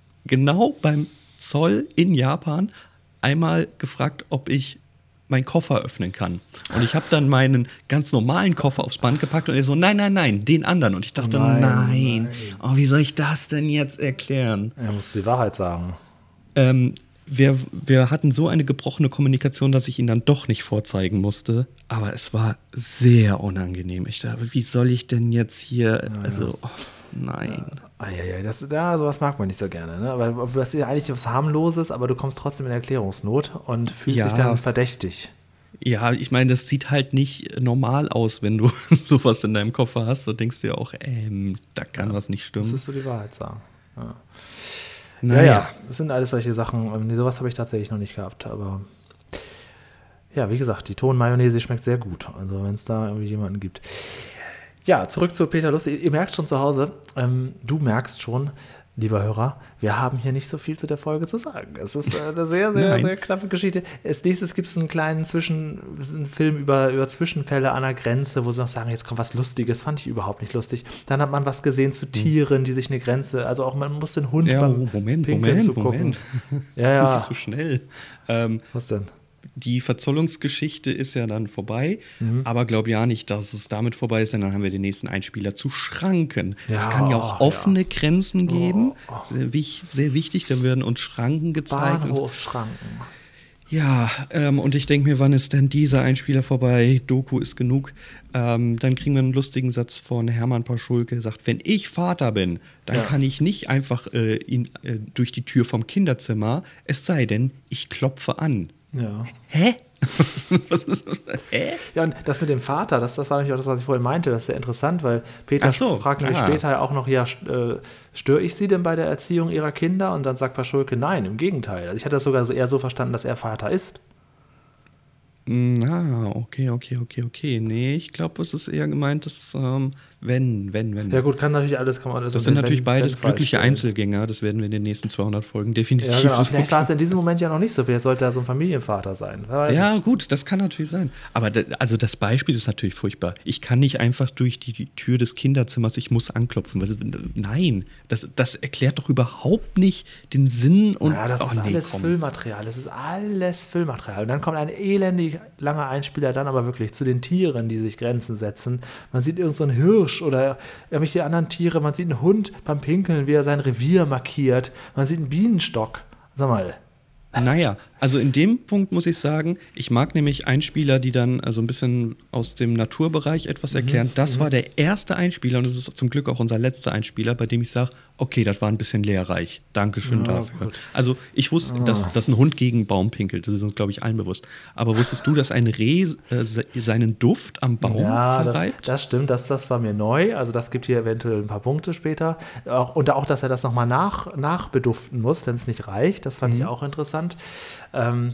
genau beim Zoll in Japan einmal gefragt, ob ich meinen Koffer öffnen kann. Und ich habe dann meinen ganz normalen Koffer aufs Band gepackt und er so, nein, nein, nein, den anderen. Und ich dachte, nein, nein. nein. Oh, wie soll ich das denn jetzt erklären? Er muss die Wahrheit sagen. Ähm, Wir, wir hatten so eine gebrochene Kommunikation, dass ich ihn dann doch nicht vorzeigen musste. Aber es war sehr unangenehm. Ich dachte, wie soll ich denn jetzt hier, ja, also, oh, nein. Ja, ja, ja, das, ja, sowas mag man nicht so gerne, ne? Weil das ist ja eigentlich was Harmloses, aber du kommst trotzdem in Erklärungsnot und fühlst ja. dich dann verdächtig. Ja, ich meine, das sieht halt nicht normal aus, wenn du sowas in deinem Koffer hast. Da denkst du ja auch, ähm, da kann ja, was nicht stimmen. Das ist so die Wahrheit sagen. Ja. Naja. Ja, ja, das sind alles solche Sachen. Sowas habe ich tatsächlich noch nicht gehabt. Aber ja, wie gesagt, die Ton-Mayonnaise schmeckt sehr gut. Also wenn es da irgendwie jemanden gibt. Ja, zurück zu Peter Lustig. Ihr merkt schon zu Hause, ähm, du merkst schon, lieber Hörer, wir haben hier nicht so viel zu der Folge zu sagen. Es ist eine sehr, sehr, sehr knappe Geschichte. Als nächstes gibt es einen kleinen Zwischen, einen Film über, über Zwischenfälle an der Grenze, wo sie noch sagen, jetzt kommt was Lustiges. Fand ich überhaupt nicht lustig. Dann hat man was gesehen zu Tieren, die sich eine Grenze, also auch man muss den Hund ja, beim Moment, Pinkeln Moment, zugucken. Moment. Ja, ja. Nicht so schnell. Ähm, was denn? Die Verzollungsgeschichte ist ja dann vorbei, mhm. aber glaub ja nicht, dass es damit vorbei ist, denn dann haben wir den nächsten Einspieler zu Schranken. Ja, es kann ja auch offene ja. Grenzen geben, oh, oh. Sehr, sehr wichtig, da werden uns Schranken gezeigt. Bahnhofschranken. Ja, ähm, und ich denke mir, wann ist denn dieser Einspieler vorbei? Doku ist genug. Ähm, dann kriegen wir einen lustigen Satz von Hermann Paschulke, der sagt, wenn ich Vater bin, dann ja. kann ich nicht einfach äh, ihn, äh, durch die Tür vom Kinderzimmer, es sei denn, ich klopfe an. Ja. Hä? Was ist das? Hä? Ja, und das mit dem Vater, das, das war nämlich auch das, was ich vorhin meinte, das ist sehr interessant, weil Peter so, fragt mich ah. später ja auch noch, ja, äh, störe ich Sie denn bei der Erziehung Ihrer Kinder? Und dann sagt Paschulke, nein, im Gegenteil. Also ich hatte das sogar so eher so verstanden, dass er Vater ist. Na, okay, okay, okay, okay. Nee, ich glaube, es ist eher gemeint, dass ähm, wenn, wenn, wenn. Ja gut, kann natürlich alles. Kann man alles das sind wenn, natürlich beides glückliche Einzelgänger, das werden wir in den nächsten zweihundert Folgen definitiv ja, genau. so. Vielleicht war es in diesem Moment ja noch nicht so, vielleicht sollte er so ein Familienvater sein. Ja gut, das kann natürlich sein. Aber da, also das Beispiel ist natürlich furchtbar. Ich kann nicht einfach durch die, die Tür des Kinderzimmers, ich muss anklopfen. Also, nein, das, das erklärt doch überhaupt nicht den Sinn. Und, ja, das oh, ist nee, alles komm. Füllmaterial, das ist alles Füllmaterial. Und dann kommt ein elendig langer Einspieler dann aber wirklich zu den Tieren, die sich Grenzen setzen. Man sieht irgend so einen Hirsch oder irgendwelche anderen Tiere, man sieht einen Hund beim Pinkeln, wie er sein Revier markiert, man sieht einen Bienenstock. Sag mal. Naja, also in dem Punkt muss ich sagen, ich mag nämlich Einspieler, die dann also ein bisschen aus dem Naturbereich etwas erklären. Mhm. Das war der erste Einspieler und das ist zum Glück auch unser letzter Einspieler, bei dem ich sage, okay, das war ein bisschen lehrreich. Dankeschön ja, dafür. Gut. Also ich wusste, ah. dass, dass ein Hund gegen einen Baum pinkelt, das ist uns, glaube ich, allen bewusst. Aber wusstest du, dass ein Reh äh, seinen Duft am Baum ja, verreibt? Das, das stimmt, das, das war mir neu. Also das gibt hier eventuell ein paar Punkte später. Auch, und auch, dass er das nochmal nach, nachbeduften muss, wenn es nicht reicht. Das fand mhm. ich auch interessant. Ähm,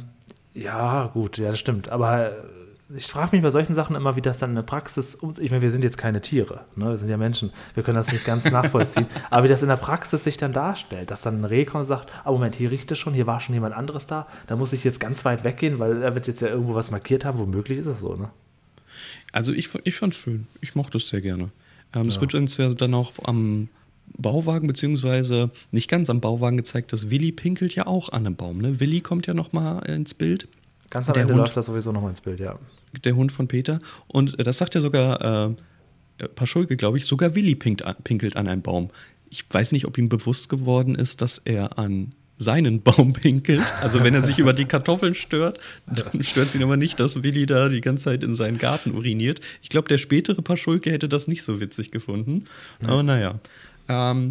ja, gut, ja, das stimmt. Aber ich frage mich bei solchen Sachen immer, wie das dann in der Praxis, ich meine, wir sind jetzt keine Tiere, ne? Wir sind ja Menschen, wir können das nicht ganz nachvollziehen, aber wie das in der Praxis sich dann darstellt, dass dann ein Reh kommt und sagt, ah, Moment, hier riecht es schon, hier war schon jemand anderes da, da muss ich jetzt ganz weit weggehen, weil er wird jetzt ja irgendwo was markiert haben, womöglich ist es so, ne? Also ich, ich fand es schön, ich mochte es sehr gerne. Ähm, es ja. wird uns ja dann auch am Bauwagen, beziehungsweise nicht ganz am Bauwagen gezeigt, dass Willi pinkelt ja auch an einem Baum. Ne? Willi kommt ja noch mal ins Bild. Ganz am der Ende Hund, läuft das sowieso noch mal ins Bild, ja. Der Hund von Peter. Und das sagt ja sogar äh, Paschulke, glaube ich, sogar Willi pinkt, pinkelt an einem Baum. Ich weiß nicht, ob ihm bewusst geworden ist, dass er an seinen Baum pinkelt. Also wenn er sich über die Kartoffeln stört, dann stört es ihn aber nicht, dass Willi da die ganze Zeit in seinen Garten uriniert. Ich glaube, der spätere Paschulke hätte das nicht so witzig gefunden. Ja. Aber naja. Ähm,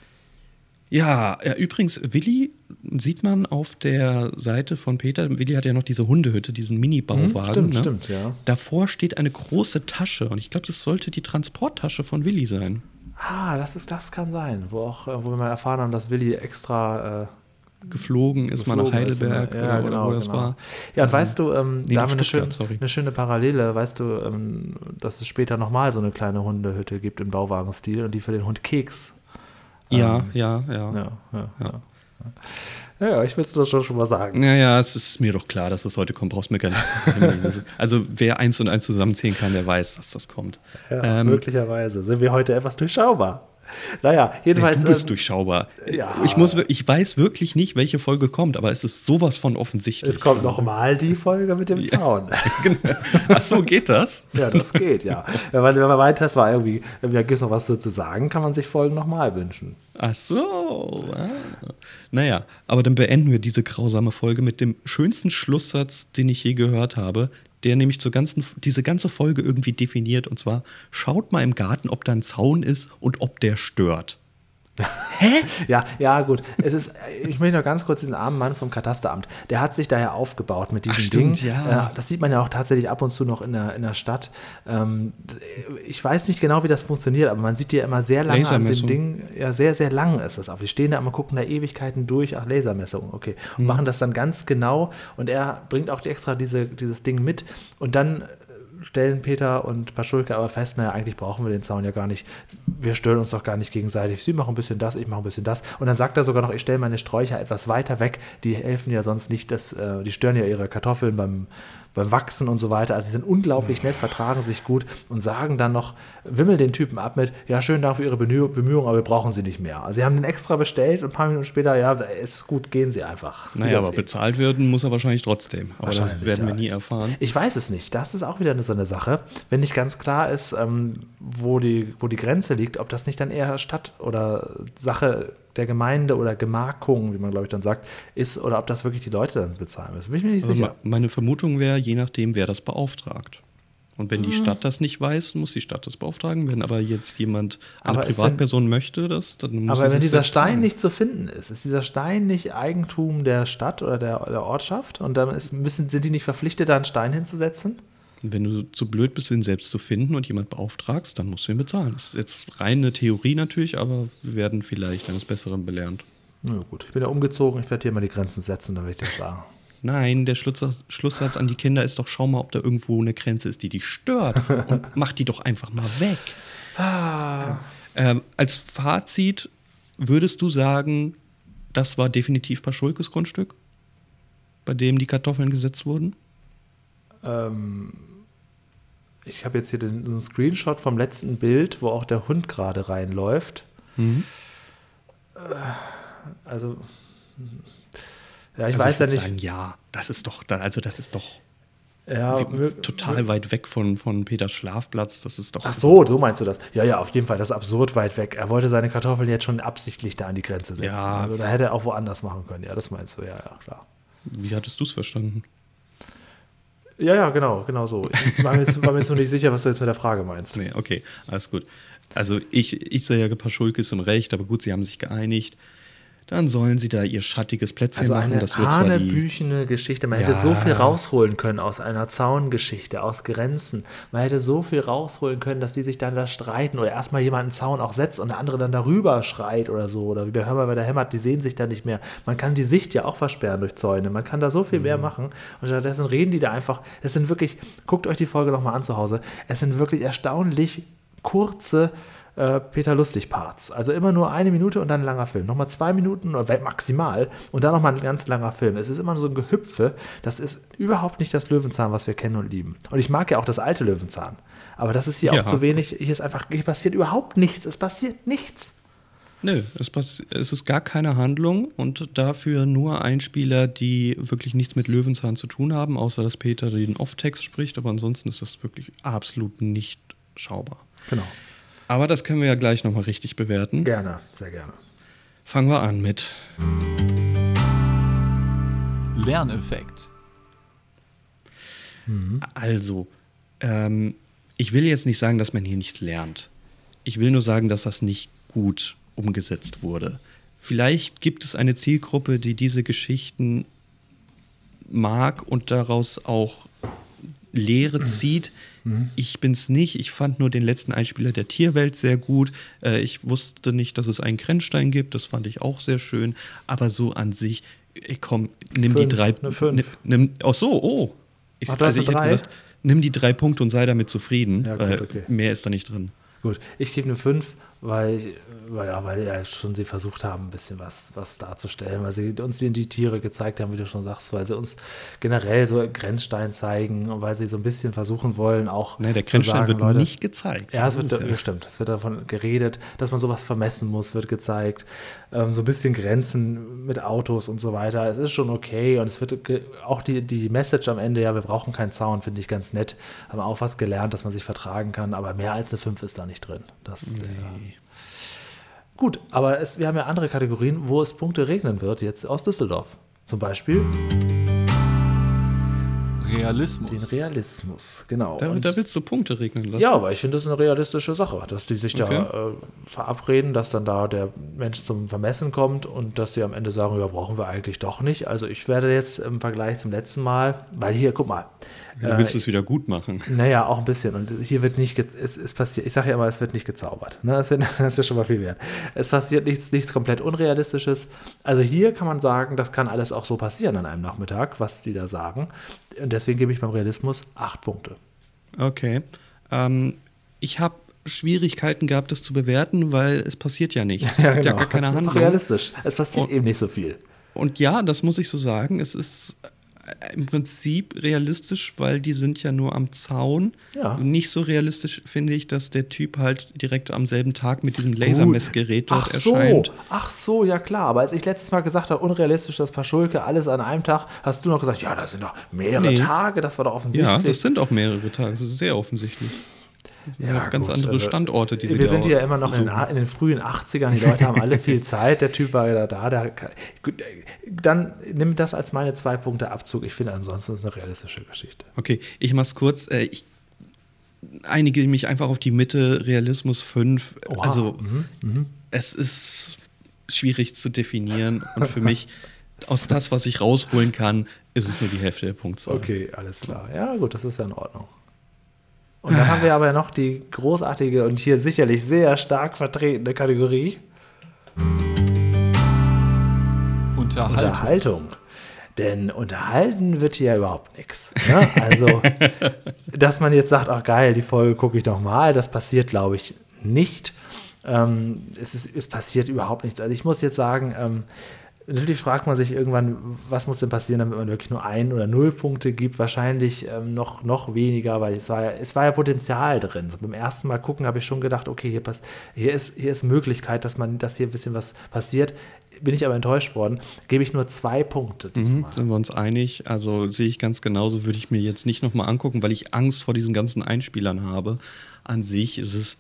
ja, ja, übrigens, Willi sieht man auf der Seite von Peter. Willi hat ja noch diese Hundehütte, diesen Mini-Bauwagen. Stimmt, ne? stimmt, ja. Davor steht eine große Tasche und ich glaube, das sollte die Transporttasche von Willi sein. Ah, das ist, das kann sein. Wo auch, wo wir mal erfahren haben, dass Willi extra äh, geflogen ist, geflogen mal nach Heidelberg ist, ja, oder, genau, oder wo das genau. war. Ja, und ähm, weißt du, ähm, nee, da haben wir eine, schön, sorry. eine schöne Parallele, weißt du, ähm, dass es später nochmal so eine kleine Hundehütte gibt im Bauwagenstil und die für den Hund Keks. Ja, ähm, ja, ja, ja. Ja, ja, ja. ja. Ja, ja, ich will es dir schon, schon mal sagen. Ja, ja, es ist mir doch klar, dass das heute kommt. Brauchst mir gar nicht. Also, wer eins und eins zusammenzählen kann, der weiß, dass das kommt. Ja, ähm, möglicherweise sind wir heute etwas durchschaubar. Naja, jedenfalls. Du bist ähm, durchschaubar. Ja. Ich, muss, ich weiß wirklich nicht, welche Folge kommt, aber es ist sowas von offensichtlich. Es kommt also, nochmal die Folge mit dem ja. Zaun. Ach so, geht das? Ja, das geht, ja. Wenn man, wenn man meint, das war irgendwie, da gibt es noch was zu sagen, kann man sich Folgen nochmal wünschen. Ach so. Ah. Naja, aber dann beenden wir diese grausame Folge mit dem schönsten Schlusssatz, den ich je gehört habe, der nämlich zur ganzen, diese ganze Folge irgendwie definiert. Und zwar, schaut mal im Garten, ob da ein Zaun ist und ob der stört. Hä? Ja, ja, gut. Es ist, ich möchte noch ganz kurz diesen armen Mann vom Katasteramt. Der hat sich daher aufgebaut mit diesem Ach, stimmt, Ding. Ja. Das sieht man ja auch tatsächlich ab und zu noch in der, in der Stadt. Ich weiß nicht genau, wie das funktioniert, aber man sieht ja immer sehr lange an dem Ding. Ja, sehr, sehr lang ist das auf. Die stehen da immer, gucken da Ewigkeiten durch. Ach, Lasermessung, okay. Und hm. machen das dann ganz genau. Und er bringt auch extra diese, dieses Ding mit. Und dann stellen Peter und Paschulke aber fest, naja, eigentlich brauchen wir den Zaun ja gar nicht. Wir stören uns doch gar nicht gegenseitig. Sie machen ein bisschen das, ich mache ein bisschen das. Und dann sagt er sogar noch, ich stelle meine Sträucher etwas weiter weg. Die helfen ja sonst nicht, dass, äh, die stören ja ihre Kartoffeln beim, beim Wachsen und so weiter. Also sie sind unglaublich nett, vertragen sich gut und sagen dann noch, wimmeln den Typen ab mit, ja, schönen Dank für Ihre Bemühungen, aber wir brauchen Sie nicht mehr. Also sie haben den extra bestellt und ein paar Minuten später, ja, es ist gut, gehen Sie einfach. Naja, aber bezahlt werden muss er wahrscheinlich trotzdem. Aber das werden wir ja. nie erfahren. Ich weiß es nicht. Das ist auch wieder so eine Sache. Wenn nicht ganz klar ist, ähm, wo, die, wo die Grenze liegt, ob das nicht dann eher Stadt oder Sache der Gemeinde oder Gemarkung, wie man glaube ich dann sagt, ist oder ob das wirklich die Leute dann bezahlen müssen. Bin ich mir nicht also sicher. Meine Vermutung wäre, je nachdem, wer das beauftragt. Und wenn die Stadt das nicht weiß, muss die Stadt das beauftragen. Wenn aber jetzt jemand, eine aber Privatperson denn, möchte, das, dann muss aber wenn dieser Stein tragen. nicht zu finden ist, ist dieser Stein nicht Eigentum der Stadt oder der, der Ortschaft und dann ist, müssen, sind die nicht verpflichtet, da einen Stein hinzusetzen? Wenn du zu blöd bist, ihn selbst zu finden und jemand beauftragst, dann musst du ihn bezahlen. Das ist jetzt reine Theorie natürlich, aber wir werden vielleicht eines Besseren belernt. Na gut, ich bin ja umgezogen, ich werde hier mal die Grenzen setzen, dann werde ich das sagen. Nein, der Schlusssatz, Schlusssatz an die Kinder ist doch, schau mal, ob da irgendwo eine Grenze ist, die dich stört und mach die doch einfach mal weg. Ah. Ähm, als Fazit würdest du sagen, das war definitiv Paschulkes Grundstück, bei dem die Kartoffeln gesetzt wurden? Ähm, ich habe jetzt hier den, so einen Screenshot vom letzten Bild, wo auch der Hund gerade reinläuft. Mhm. Äh, also ja, ich also weiß ich ja nicht. Sagen, ja, das ist doch, also das ist doch ja, wie, total weit weg von, von Peters Schlafplatz. Das ist doch. Ach so, so meinst du das? Ja, ja, auf jeden Fall, das ist absurd weit weg. Er wollte seine Kartoffeln jetzt schon absichtlich da an die Grenze setzen. Ja. Also da hätte er auch woanders machen können. Ja, das meinst du, ja, ja, klar. Wie hattest du es verstanden? Ja, ja, genau, genau so. Ich war mir, jetzt, war mir jetzt nur nicht sicher, was du jetzt mit der Frage meinst. Nee, okay, alles gut. Also ich, ich sage, Paschulke ist im Recht, aber gut, sie haben sich geeinigt. Dann sollen sie da ihr schattiges Plätzchen Also machen. eine Das wird zwar die hanebüchene Geschichte. Man Ja. hätte so viel rausholen können aus einer Zaungeschichte, aus Grenzen. Man hätte so viel rausholen können, dass die sich dann da streiten oder erstmal jemand einen Zaun auch setzt und der andere dann darüber schreit oder so. Oder wie bei Hör mal, wer da hämmert, die sehen sich da nicht mehr. Man kann die Sicht ja auch versperren durch Zäune. Man kann da so viel mehr machen. Und stattdessen reden die da einfach. Es sind wirklich, guckt euch die Folge nochmal an zu Hause. Es sind wirklich erstaunlich kurze äh, Peter Lustig-Parts. Also immer nur eine Minute und dann ein langer Film. Nochmal zwei Minuten oder maximal und dann nochmal ein ganz langer Film. Es ist immer so ein Gehüpfe. Das ist überhaupt nicht das Löwenzahn, was wir kennen und lieben. Und ich mag ja auch das alte Löwenzahn. Aber das ist hier Ja. auch zu wenig. Hier ist einfach, hier passiert überhaupt nichts. Es passiert nichts. Nö, es, pass- es ist gar keine Handlung und dafür nur Einspieler, die wirklich nichts mit Löwenzahn zu tun haben, außer dass Peter den Off-Text spricht, aber ansonsten ist das wirklich absolut nicht schaubar. Genau. Aber das können wir ja gleich nochmal richtig bewerten. Gerne, sehr gerne. Fangen wir an mit Lerneffekt. Also, ähm, ich will jetzt nicht sagen, dass man hier nichts lernt. Ich will nur sagen, dass das nicht gut umgesetzt wurde. Vielleicht gibt es eine Zielgruppe, die diese Geschichten mag und daraus auch Lehre zieht. Ich bin's nicht. Ich fand nur den letzten Einspieler der Tierwelt sehr gut. Äh, ich wusste nicht, dass es einen Grenzstein gibt. Das fand ich auch sehr schön. Aber so an sich, ey, komm, nimm Fünf, die drei. eine fünf. Nimm, nimm, ach so, oh. Ich, Ach, du hast also ich eine hätte drei? gesagt, nimm die drei Punkte und sei damit zufrieden. Ja, gut, weil okay. Mehr ist da nicht drin. Gut, ich gebe eine fünf, weil, weil, ja, weil ja schon sie versucht haben, ein bisschen was, was darzustellen, weil sie uns die, die Tiere gezeigt haben, wie du schon sagst, weil sie uns generell so Grenzstein zeigen und weil sie so ein bisschen versuchen wollen, auch Nein, der zu Grenzstein sagen, wird Leute, nicht gezeigt. Ja, es Das wird, ist ja, stimmt. Es wird davon geredet, dass man sowas vermessen muss, wird gezeigt. Ähm, so ein bisschen Grenzen mit Autos und so weiter. Es ist schon okay und es wird ge- auch die, die Message am Ende, ja, wir brauchen keinen Zaun, finde ich ganz nett. Haben auch was gelernt, dass man sich vertragen kann, aber mehr als eine fünf ist da nicht drin. Das, Nee. ja. Gut, aber es, wir haben ja andere Kategorien, wo es Punkte regnen wird, jetzt aus Düsseldorf. Zum Beispiel Realismus. den Realismus, genau. Da, Und- da willst du Punkte regnen lassen. Ja, weil ich finde, das ist eine realistische Sache, dass die sich da Okay. äh, verabreden, dass dann da der Mensch zum Vermessen kommt und dass die am Ende sagen, ja, brauchen wir eigentlich doch nicht. Also ich werde jetzt im Vergleich zum letzten Mal, weil hier, guck mal. Du willst es wieder gut machen. Naja, auch ein bisschen. Und hier wird nicht, ge- es, es passiert, ich sage ja immer, es wird nicht gezaubert. Ne? Es wird, das ist ja schon mal viel wert. Es passiert nichts, nichts komplett Unrealistisches. Also hier kann man sagen, das kann alles auch so passieren an einem Nachmittag, was die da sagen. Und deswegen gebe ich beim Realismus acht Punkte. Okay. Ähm, ich habe Schwierigkeiten gehabt, das zu bewerten, weil es passiert ja nichts. Es Ja, gibt genau. ja gar keine das ist Handlung. realistisch. Es passiert Und- eben nicht so viel. Und ja, das muss ich so sagen. Es ist im Prinzip realistisch, weil die sind ja nur am Zaun. Ja. Nicht so realistisch finde ich, dass der Typ halt direkt am selben Tag mit diesem Lasermessgerät dort Ach so, erscheint. ach so, ja klar. Aber als ich letztes Mal gesagt habe, unrealistisch, dass Paschulke alles an einem Tag, hast du noch gesagt, ja, das sind doch mehrere Nee. Tage, das war doch offensichtlich. Ja, das sind auch mehrere Tage. Das ist sehr offensichtlich. Das sind Ja, auch ganz gut, andere also, Standorte, die sie Wir da sind ja immer noch in den, besuchen. in den frühen achtzigern, die Leute haben alle viel Zeit, der Typ war ja da, der, gut, dann nimm das als meine zwei Punkte Abzug. Ich finde, ansonsten ist es eine realistische Geschichte. Okay, ich mach's kurz. Äh, Ich einige mich einfach auf die Mitte, Realismus fünf. Oha, Also, mhm, es ist schwierig zu definieren und für mich, aus das, was ich rausholen kann, ist es nur die Hälfte der Punktzahl. Okay, alles klar. Ja, gut, das ist ja in Ordnung. Und dann haben wir aber noch die großartige und hier sicherlich sehr stark vertretene Kategorie Unterhaltung. Unterhaltung. Denn unterhalten wird hier überhaupt nichts. Ne? Also, dass man jetzt sagt, ach geil, die Folge gucke ich noch mal, das passiert, glaube ich, nicht. Ähm, es, ist, es passiert überhaupt nichts. Also ich muss jetzt sagen, ähm, natürlich fragt man sich irgendwann, was muss denn passieren, damit man wirklich nur ein oder null Punkte gibt. Wahrscheinlich ähm, noch, noch weniger, weil es war, ja, es war ja Potenzial drin. So beim ersten Mal gucken habe ich schon gedacht, okay, hier, pass, hier, ist, hier ist Möglichkeit, dass, man, dass hier ein bisschen was passiert. Bin ich aber enttäuscht worden. Gebe ich nur zwei Punkte diesmal. Mhm, sind wir uns einig? Also sehe ich ganz genauso, würde ich mir jetzt nicht nochmal angucken, weil ich Angst vor diesen ganzen Einspielern habe. An sich ist es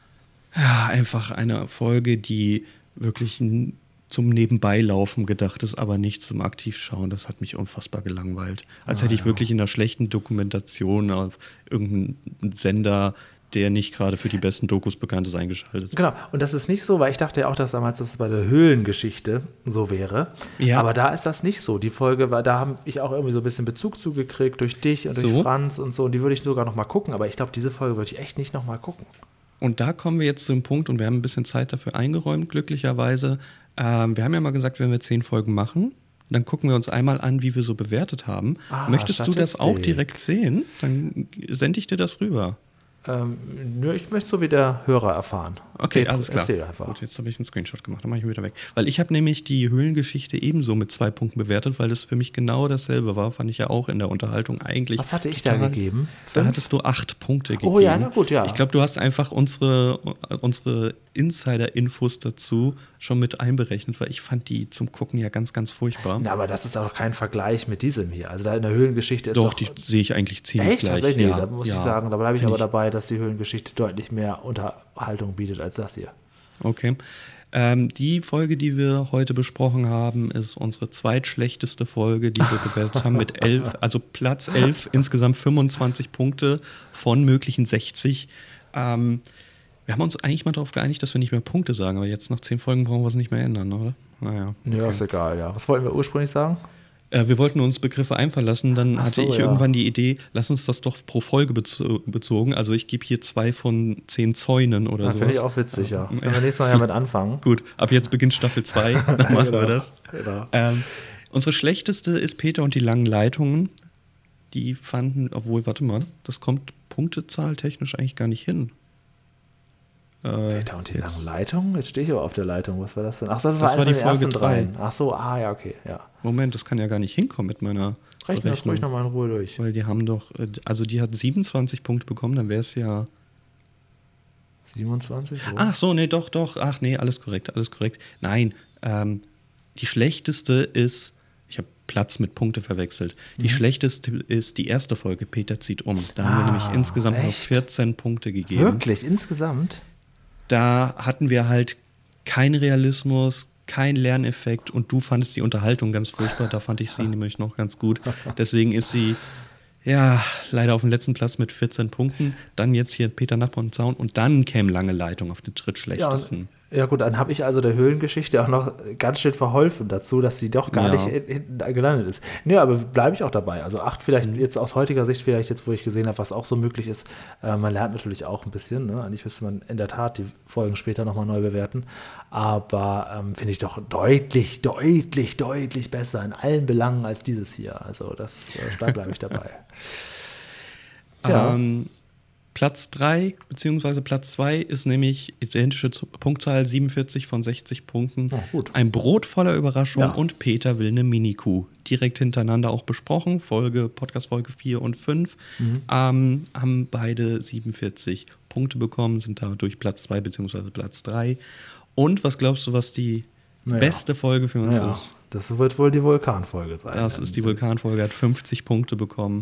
ja, einfach eine Folge, die wirklich n- zum Nebenbeilaufen gedacht ist, aber nicht zum Aktivschauen. Das hat mich unfassbar gelangweilt. Als hätte ich wirklich in einer schlechten Dokumentation auf irgendeinem Sender, der nicht gerade für die besten Dokus bekannt ist, eingeschaltet. Genau, und das ist nicht so, weil ich dachte ja auch, dass damals das bei der Höhlengeschichte so wäre. Ja. Aber da ist das nicht so. Die Folge war, da habe ich auch irgendwie so ein bisschen Bezug zugekriegt durch dich und durch So? Franz und so. Und die würde ich sogar noch mal gucken. Aber ich glaube, diese Folge würde ich echt nicht noch mal gucken. Und da kommen wir jetzt zu dem Punkt, und wir haben ein bisschen Zeit dafür eingeräumt, glücklicherweise. Ähm, wir haben ja mal gesagt, wenn wir zehn Folgen machen, dann gucken wir uns einmal an, wie wir so bewertet haben. Ah, Möchtest du das auch Statistik. direkt sehen? Dann sende ich dir das rüber. Ähm, nö, ich möchte so wie der Hörer erfahren. Okay, Red- alles klar. Erzähl einfach. Gut, jetzt habe ich einen Screenshot gemacht, dann mache ich ihn wieder weg. Weil ich habe nämlich die Höhlengeschichte ebenso mit zwei Punkten bewertet, weil das für mich genau dasselbe war, fand ich ja auch in der Unterhaltung eigentlich. Was hatte ich da total- gegeben? Da Fünf? hattest du acht Punkte gegeben. Oh ja, na gut, ja. Ich glaube, du hast einfach unsere, unsere Insider-Infos dazu schon mit einberechnet, weil ich fand die zum Gucken ja ganz, ganz furchtbar. Na, aber das ist auch kein Vergleich mit diesem hier. Also da in der Höhlengeschichte ist Doch, doch... die sehe ich eigentlich ziemlich Echt? gleich. Tatsächlich? Ja, Da muss ja, ich sagen, da bleibe ich find aber dabei, dass die Höhlengeschichte deutlich mehr Unterhaltung bietet als das hier. Okay. Ähm, die Folge, die wir heute besprochen haben, ist unsere zweitschlechteste Folge, die wir bewertet haben mit elf, also Platz elf, insgesamt fünfundzwanzig Punkte von möglichen sechzig. Ähm, wir haben uns eigentlich mal darauf geeinigt, dass wir nicht mehr Punkte sagen, aber jetzt nach zehn Folgen brauchen wir es nicht mehr ändern, oder? Naja. Ja, ist egal, ja. Was wollten wir ursprünglich sagen? Äh, wir wollten uns Begriffe einfallen lassen, dann Ach hatte so, ich ja. irgendwann die Idee, lass uns das doch pro Folge bezo- bezogen, also ich gebe hier zwei von zehn Zäunen oder Das so. finde ich auch witzig, ja. Wenn wir nächstes Mal ja mit anfangen. Gut, ab jetzt beginnt Staffel zwei, dann machen wir Genau, das. genau. Ähm, unsere schlechteste ist Peter und die langen Leitungen. Die fanden, obwohl, warte mal, das kommt punktezahltechnisch eigentlich gar nicht hin. Äh, Peter und die jetzt. langen Leitungen? Jetzt stehe ich aber auf der Leitung. Was war das denn? Ach, das war, Das eine war von die den ersten Folge drei. dreien. Ach so, ah, ja, okay, ja. Moment, das kann ja gar nicht hinkommen mit meiner Rechne das ruhig nochmal in Ruhe durch. Weil die haben doch, äh, also die hat siebenundzwanzig Punkte bekommen, dann wäre es ja. siebenundzwanzig? Wo? Ach so, nee, doch, doch. Ach nee, alles korrekt, alles korrekt. Nein, ähm, die schlechteste ist, ich habe Platz mit Punkte verwechselt. Die Mhm. schlechteste ist die erste Folge, Peter zieht um. Da haben wir Ah, nämlich insgesamt nur echt? vierzehn Punkte gegeben. Wirklich, insgesamt? Da hatten wir halt keinen Realismus, keinen Lerneffekt und du fandest die Unterhaltung ganz furchtbar. Da fand ich sie nämlich noch ganz gut. Deswegen ist sie ja leider auf dem letzten Platz mit vierzehn Punkten. Dann jetzt hier Peter Nachbarn und Zaun und dann käme lange Leitung auf den Ja, drittschlechtesten. und, ja gut, dann habe ich also der Höhlengeschichte auch noch ganz schön verholfen dazu, dass sie doch gar Ja. nicht hin- hinten gelandet ist. Nee, aber bleibe ich auch dabei. Also acht vielleicht Mhm. jetzt aus heutiger Sicht, vielleicht jetzt, wo ich gesehen habe, was auch so möglich ist. Äh, man lernt natürlich auch ein bisschen. Ne? Eigentlich müsste man in der Tat die Folgen später nochmal neu bewerten. Aber ähm, finde ich doch deutlich, deutlich, deutlich besser in allen Belangen als dieses hier. Also das, äh, da bleibe ich dabei. Tja. Ähm, Platz drei bzw. Platz zwei ist nämlich identische Punktzahl, siebenundvierzig von sechzig Punkten. Oh, gut. Ein Brot voller Überraschung Ja. und Peter will eine Mini-Kuh. Direkt hintereinander auch besprochen, Folge, Podcast-Folge vier und fünf. Mhm. Ähm, haben beide siebenundvierzig Punkte bekommen, sind dadurch Platz zwei bzw. Platz drei. Und was glaubst du, was die naja. beste Folge für uns naja. ist? Das wird wohl die Vulkanfolge sein. Das ist die Vulkanfolge, hat fünfzig Punkte bekommen.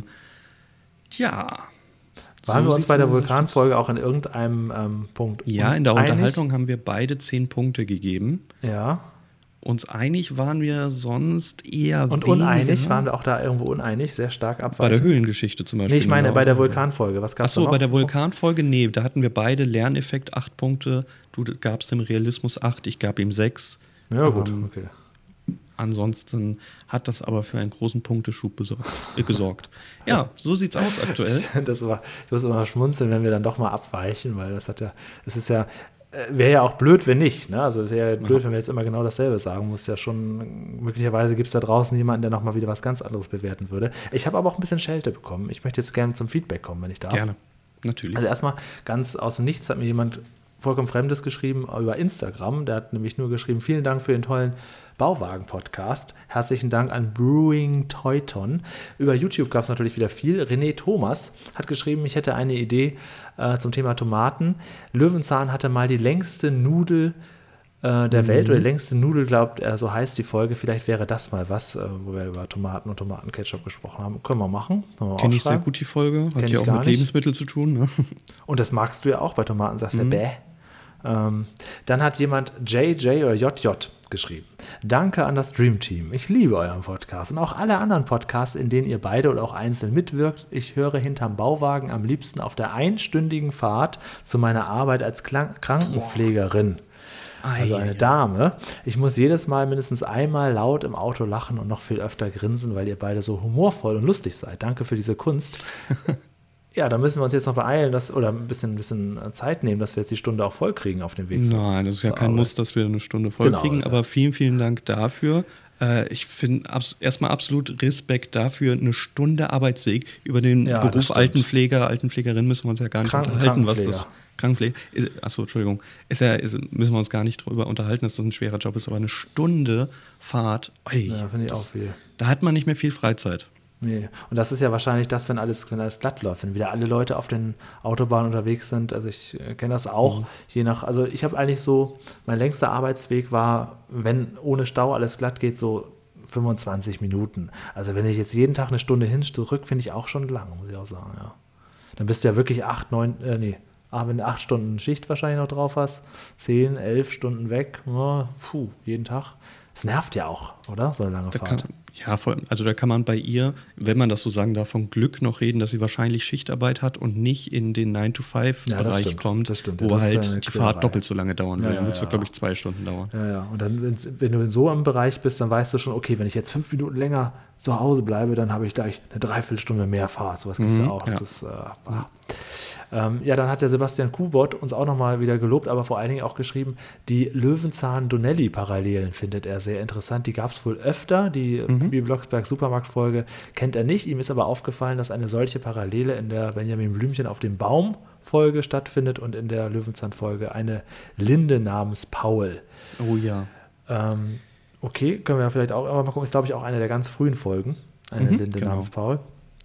Tja. Waren so wir uns bei der Vulkanfolge auch in irgendeinem ähm, Punkt Ja, in der einig? Unterhaltung haben wir beide zehn Punkte gegeben. Ja. Uns einig waren wir sonst eher Und weniger. uneinig, waren wir auch da irgendwo uneinig, sehr stark abweichend. Bei der Höhlengeschichte zum Beispiel. Nee, ich meine genau. bei der Vulkanfolge. Was gab's da noch? Achso, bei der Vulkanfolge, nee, da hatten wir beide Lerneffekt acht Punkte. Du gabst dem Realismus acht, ich gab ihm sechs. Ja, gut, ähm, okay. Ansonsten hat das aber für einen großen Punkteschub besorgt, äh, gesorgt. Ja, so sieht's aus aktuell. Das war, ich muss immer schmunzeln, wenn wir dann doch mal abweichen, weil das hat ja, das ist ja, wäre ja auch blöd, wenn nicht. Ne? Also wäre ja blöd, ja. wenn wir jetzt immer genau dasselbe sagen. Muss ja schon, möglicherweise gibt es da draußen jemanden, der nochmal wieder was ganz anderes bewerten würde. Ich habe aber auch ein bisschen Schelte bekommen. Ich möchte jetzt gerne zum Feedback kommen, wenn ich darf. Gerne, natürlich. Also erstmal ganz aus dem Nichts hat mir jemand vollkommen Fremdes geschrieben über Instagram. Der hat nämlich nur geschrieben, vielen Dank für den tollen Bauwagen-Podcast. Herzlichen Dank an Brewing Teuton. Über YouTube gab es natürlich wieder viel. René Thomas hat geschrieben, ich hätte eine Idee äh, zum Thema Tomaten. Löwenzahn hatte mal die längste Nudel äh, der mhm. Welt, oder die längste Nudel, glaubt er, so heißt die Folge. Vielleicht wäre das mal was, äh, wo wir über Tomaten und Tomatenketchup gesprochen haben. Können wir machen. Kenne ich sehr gut die Folge. Hat ja auch mit Lebensmitteln zu tun. Ne? Und das magst du ja auch bei Tomaten, sagst du mhm. ja bäh. Ähm, dann hat jemand J J oder J J geschrieben. Danke an das Dream Team. Ich liebe euren Podcast und auch alle anderen Podcasts, in denen ihr beide oder auch einzeln mitwirkt. Ich höre hinterm Bauwagen am liebsten auf der einstündigen Fahrt zu meiner Arbeit als Krank- Krankenpflegerin. Also eine Dame. Ich muss jedes Mal mindestens einmal laut im Auto lachen und noch viel öfter grinsen, weil ihr beide so humorvoll und lustig seid. Danke für diese Kunst. Ja, da müssen wir uns jetzt noch beeilen, dass, oder ein bisschen, ein bisschen Zeit nehmen, dass wir jetzt die Stunde auch voll kriegen auf dem Weg. Nein, das ist ja kein Arbeit. Muss, dass wir eine Stunde voll genau, kriegen, aber vielen, vielen Dank dafür. Äh, ich finde abs- erstmal absolut Respekt dafür, eine Stunde Arbeitsweg über den ja, Beruf Altenpfleger, Altenpflegerin müssen wir uns ja gar nicht Kranken- unterhalten, was das Krankenpflege, ist, achso, Entschuldigung, ist ja, ist, müssen wir uns gar nicht drüber unterhalten, dass das ein schwerer Job ist, aber eine Stunde Fahrt, oi, ja, finde ich das, auch viel. Da hat man nicht mehr viel Freizeit. Nee. Und das ist ja wahrscheinlich das, wenn alles, wenn alles glatt läuft, wenn wieder alle Leute auf den Autobahnen unterwegs sind. Also ich äh, kenne das auch, mhm. je nach, also ich habe eigentlich so, mein längster Arbeitsweg war, wenn ohne Stau alles glatt geht, so fünfundzwanzig Minuten. Also wenn ich jetzt jeden Tag eine Stunde hin, zurück, finde ich auch schon lang, muss ich auch sagen, ja. Dann bist du ja wirklich acht, neun, äh, nee, wenn du acht Stunden Schicht wahrscheinlich noch drauf hast, zehn, elf Stunden weg, oh, puh, jeden Tag. Das nervt ja auch, oder? So eine lange da Fahrt. Kann, ja, voll, also da kann man bei ihr, wenn man das so sagen darf, von Glück noch reden, dass sie wahrscheinlich Schichtarbeit hat und nicht in den nine to five Bereich ja, kommt, das stimmt. wo das halt die Fahrt doppelt so lange dauern ja, würde. Dann wird es, ja, glaube ich, zwei Stunden dauern. Ja, ja. Und dann, wenn, wenn du in so einem Bereich bist, dann weißt du schon, okay, wenn ich jetzt fünf Minuten länger zu Hause bleibe, dann habe ich gleich eine Dreiviertelstunde mehr Fahrt. Sowas gibt es mhm, ja auch. Das ja. ist, äh, ja. Ähm, ja, dann hat der Sebastian Kubot uns auch nochmal wieder gelobt, aber vor allen Dingen auch geschrieben, die Löwenzahn-Donnelly-Parallelen findet er sehr interessant. Die gab es wohl öfter, die mhm. Bibi Blocksberg-Supermarkt-Folge kennt er nicht. Ihm ist aber aufgefallen, dass eine solche Parallele in der Benjamin Blümchen auf dem Baum-Folge stattfindet und in der Löwenzahn-Folge eine Linde namens Paul. Oh ja. Ähm, okay, können wir vielleicht auch aber mal gucken. Ist, glaube ich, auch eine der ganz frühen Folgen. Eine mhm, Linde genau. namens Paul.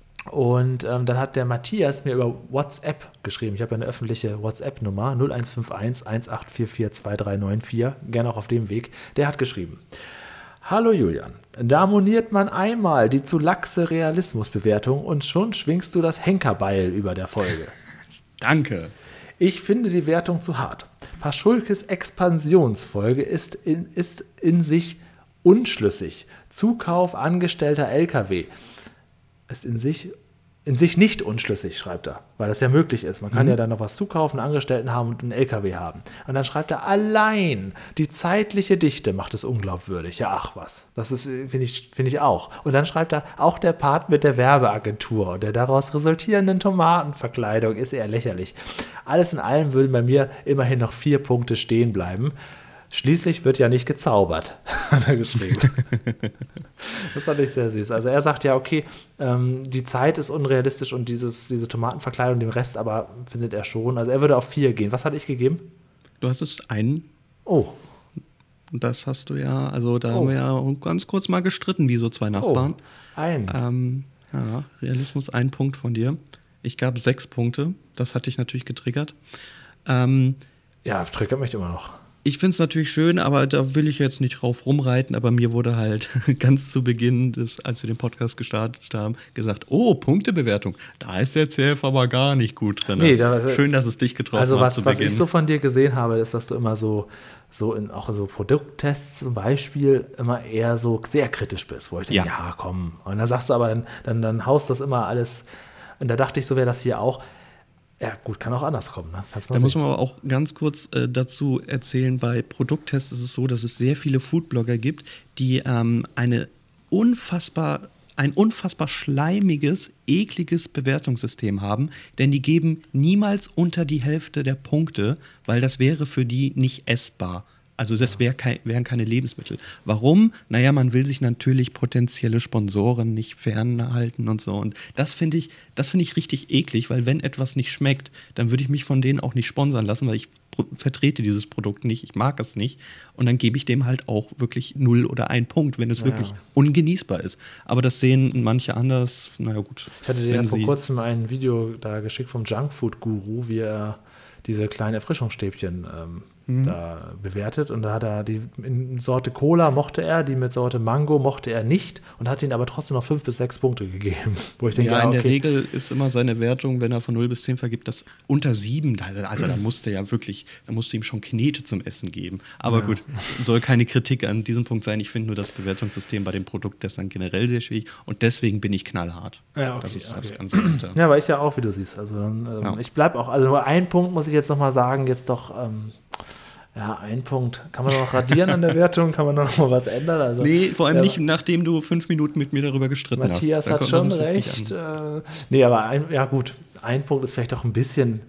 Und ähm, dann hat der Matthias mir über WhatsApp geschrieben. Ich habe ja eine öffentliche WhatsApp-Nummer null eins fünf eins eins acht vier vier zwei drei neun vier. Gerne auch auf dem Weg. Der hat geschrieben: Hallo Julian, da moniert man einmal die zu laxe Realismusbewertung und schon schwingst du das Henkerbeil über der Folge. Danke. Ich finde die Wertung zu hart. Paschulkes Expansionsfolge ist in, ist in sich unschlüssig. Zukauf angestellter L K W ist in sich, in sich nicht unschlüssig, schreibt er, weil das ja möglich ist. Man kann mhm. ja dann noch was zukaufen, Angestellten haben und einen L K W haben. Und dann schreibt er, allein die zeitliche Dichte macht es unglaubwürdig. Ja, ach was. Das ist, finde ich, finde ich auch. Und dann schreibt er, auch der Part mit der Werbeagentur und der daraus resultierenden Tomatenverkleidung ist eher lächerlich. Alles in allem würden bei mir immerhin noch vier Punkte stehen bleiben. Schließlich wird ja nicht gezaubert, hat er geschrieben. Das fand ich sehr süß. Also er sagt ja, okay, ähm, die Zeit ist unrealistisch und dieses, diese Tomatenverkleidung, den Rest aber findet er schon. Also er würde auf vier gehen. Was hatte ich gegeben? Du hattest einen. Oh. Das hast du ja, also da Oh. haben wir ja ganz kurz mal gestritten, wie so zwei Nachbarn. Oh, ein. Ähm, ja, Realismus, ein Punkt von dir. Ich gab sechs Punkte. Das hat dich natürlich getriggert. Ähm, Ja, triggert mich immer noch. Ich finde es natürlich schön, aber da will ich jetzt nicht drauf rumreiten, aber mir wurde halt ganz zu Beginn, des, als wir den Podcast gestartet haben, gesagt, oh, Punktebewertung, da ist der C F aber gar nicht gut drin. Nee, da- schön, dass es dich getroffen Also hat was, zu was Beginn. ich so von dir gesehen habe, ist, dass du immer so, so in, auch in so Produkttests zum Beispiel immer eher so sehr kritisch bist, wo ich denke, ja, Ja. komm. Und dann sagst du aber, dann, dann, dann haust das immer alles. Und da dachte ich, so wäre das hier auch. Ja, gut, kann auch anders kommen, ne? Kannst mal Da muss sehen. man aber auch ganz kurz äh, dazu erzählen, bei Produkttests ist es so, dass es sehr viele Foodblogger gibt, die ähm, eine unfassbar, ein unfassbar schleimiges, ekliges Bewertungssystem haben, denn die geben niemals unter die Hälfte der Punkte, weil das wäre für die nicht essbar. Also das wär kei- wären keine Lebensmittel. Warum? Naja, man will sich natürlich potenzielle Sponsoren nicht fernhalten und so. Und das finde ich, das finde ich richtig eklig, weil wenn etwas nicht schmeckt, dann würde ich mich von denen auch nicht sponsern lassen, weil ich pro- vertrete dieses Produkt nicht, ich mag es nicht. Und dann gebe ich dem halt auch wirklich null oder ein Punkt, wenn es Ja. wirklich ungenießbar ist. Aber das sehen manche anders. Naja gut. Ich hatte dir wenn ja vor sie- kurzem ein Video da geschickt vom Junkfood-Guru, wie er diese kleinen Erfrischungsstäbchen ähm, Mhm. da bewertet. Und da hat er die in Sorte Cola mochte er, die mit Sorte Mango mochte er nicht und hat ihnen aber trotzdem noch fünf bis sechs Punkte gegeben. Wo ich denke, Ja, ja, in der okay. Regel ist immer seine Wertung, wenn er von null bis zehn vergibt, das unter sieben. Also da musste ja wirklich, da musste ihm schon Knete zum Essen geben. Aber Ja. gut, soll keine Kritik an diesem Punkt sein. Ich finde nur das Bewertungssystem bei den Produkttestern generell sehr schwierig und deswegen bin ich knallhart. Ja, okay, das ist das okay. Ganze dahinter. Ja, aber ich ja auch, wie du siehst. Also dann, ähm, Ja. ich bleibe auch, also nur ein Punkt muss ich jetzt nochmal sagen, jetzt doch, ähm, ja, ein Punkt. Kann man noch radieren an der Wertung? Kann man noch mal was ändern? Also, Nee, vor allem der- nicht, nachdem du fünf Minuten mit mir darüber gestritten Matthias hast. Da hat kommt- da schon kommst du nicht recht. an. Äh, nee, aber ein, ja gut, ein Punkt ist vielleicht doch ein bisschen,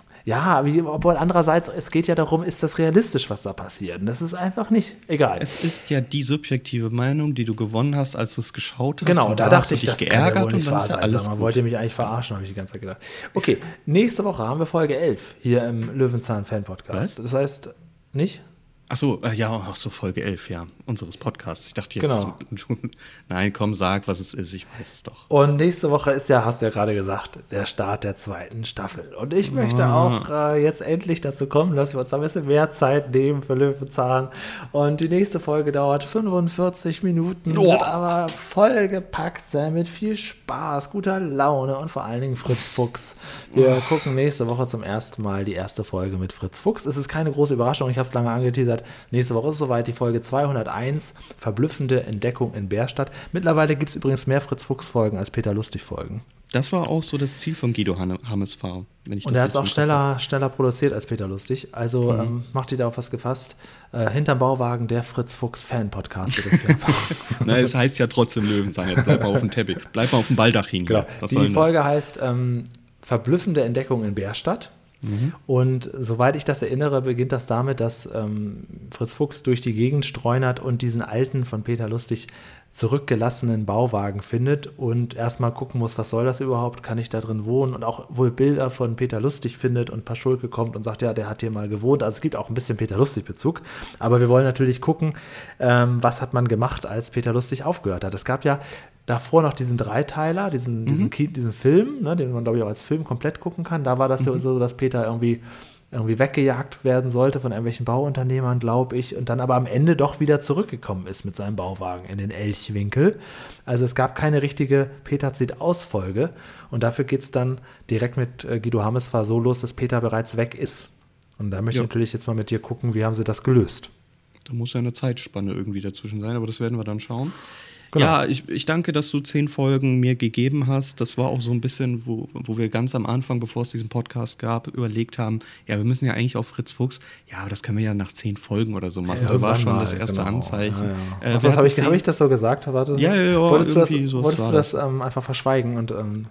ja, wie, obwohl andererseits, es geht ja darum, ist das realistisch, was da passiert? Und das ist einfach nicht, egal. Es ist ja die subjektive Meinung, die du gewonnen hast, als du es geschaut hast. Genau, und da hast dachte du ich, dich das kann ja geärgert wohl nicht und dann wahr ist ja sein. alles Sag mal, gut. wollt ihr mich eigentlich verarschen, habe ich die ganze Zeit gedacht. Okay, nächste Woche haben wir Folge elf hier im Löwenzahn-Fan-Podcast. Was? Das heißt, nicht? Achso, äh, ja, ach so, Folge elf, ja, unseres Podcasts. Ich dachte jetzt, Genau. du, du, nein, komm, sag, was es ist, ich weiß es doch. Und nächste Woche ist ja, hast du ja gerade gesagt, der Start der zweiten Staffel. Und ich möchte Ah. auch äh, jetzt endlich dazu kommen, dass wir uns ein bisschen mehr Zeit nehmen für Löwenzahn. Und die nächste Folge dauert fünfundvierzig Minuten, Oh. wird aber vollgepackt sein mit viel Spaß, guter Laune und vor allen Dingen Fritz Fuchs. Wir gucken nächste Woche zum ersten Mal die erste Folge mit Fritz Fuchs. Es ist keine große Überraschung, ich habe es lange angeteasert. Nächste Woche ist es soweit, die Folge zweihunderteins, verblüffende Entdeckung in Bärstadt. Mittlerweile gibt es übrigens mehr Fritz Fuchs-Folgen als Peter Lustig-Folgen. Das war auch so das Ziel von Guido Hanne- Hammesfahr, wenn ich Und das er hat es auch richtig im Kopf schneller, schneller produziert als Peter Lustig. Also Mhm. ähm, macht ihr da auf was gefasst. Äh, hinterm Bauwagen, der Fritz Fuchs-Fan-Podcast. wird das ja. habe. Na, es heißt ja trotzdem Löwenzahn, jetzt bleib mal auf dem Teppich, bleib mal auf dem Baldachin. Genau. hier. Was soll Die denn Folge heißt ähm, Verblüffende Entdeckung in Bärstadt. Mhm. Und soweit ich das erinnere, beginnt das damit, dass ähm, Fritz Fuchs durch die Gegend streunert und diesen alten, von Peter Lustig zurückgelassenen Bauwagen findet und erstmal gucken muss, was soll das überhaupt, kann ich da drin wohnen, und auch wohl Bilder von Peter Lustig findet und Paschulke kommt und sagt, ja, der hat hier mal gewohnt. Also es gibt auch ein bisschen Peter Lustig-Bezug, aber wir wollen natürlich gucken, ähm, was hat man gemacht, als Peter Lustig aufgehört hat. Es gab ja davor noch diesen Dreiteiler, diesen, diesen, Ki- diesen Film, ne, den man, glaube ich, auch als Film komplett gucken kann. Da war das ja so, dass Peter irgendwie irgendwie weggejagt werden sollte von irgendwelchen Bauunternehmern, glaube ich, und dann aber am Ende doch wieder zurückgekommen ist mit seinem Bauwagen in den Elchwinkel. Also es gab keine richtige Peter zieht aus Folge, und dafür geht es dann direkt mit äh, Guido Hammesfahr so los, dass Peter bereits weg ist. Und da möchte Ja. ich natürlich jetzt mal mit dir gucken, wie haben sie das gelöst. Da muss ja eine Zeitspanne irgendwie dazwischen sein, aber das werden wir dann schauen. Genau. Ja, ich, ich danke, dass du zehn Folgen mir gegeben hast. Das war auch so ein bisschen, wo, wo wir ganz am Anfang, bevor es diesen Podcast gab, überlegt haben, ja, wir müssen ja eigentlich auf Fritz Fuchs, ja, aber das können wir ja nach zehn Folgen oder so machen. Ja, da war irgendwann schon mal, das erste genau. Anzeichen. Ja, ja. Äh, Ach, wir was, habe ich, hatten hab ich das so gesagt? Warte. Ja, ja, ja, Wolltest du das, irgendwie so wolltest war du das ähm, einfach verschweigen und ähm,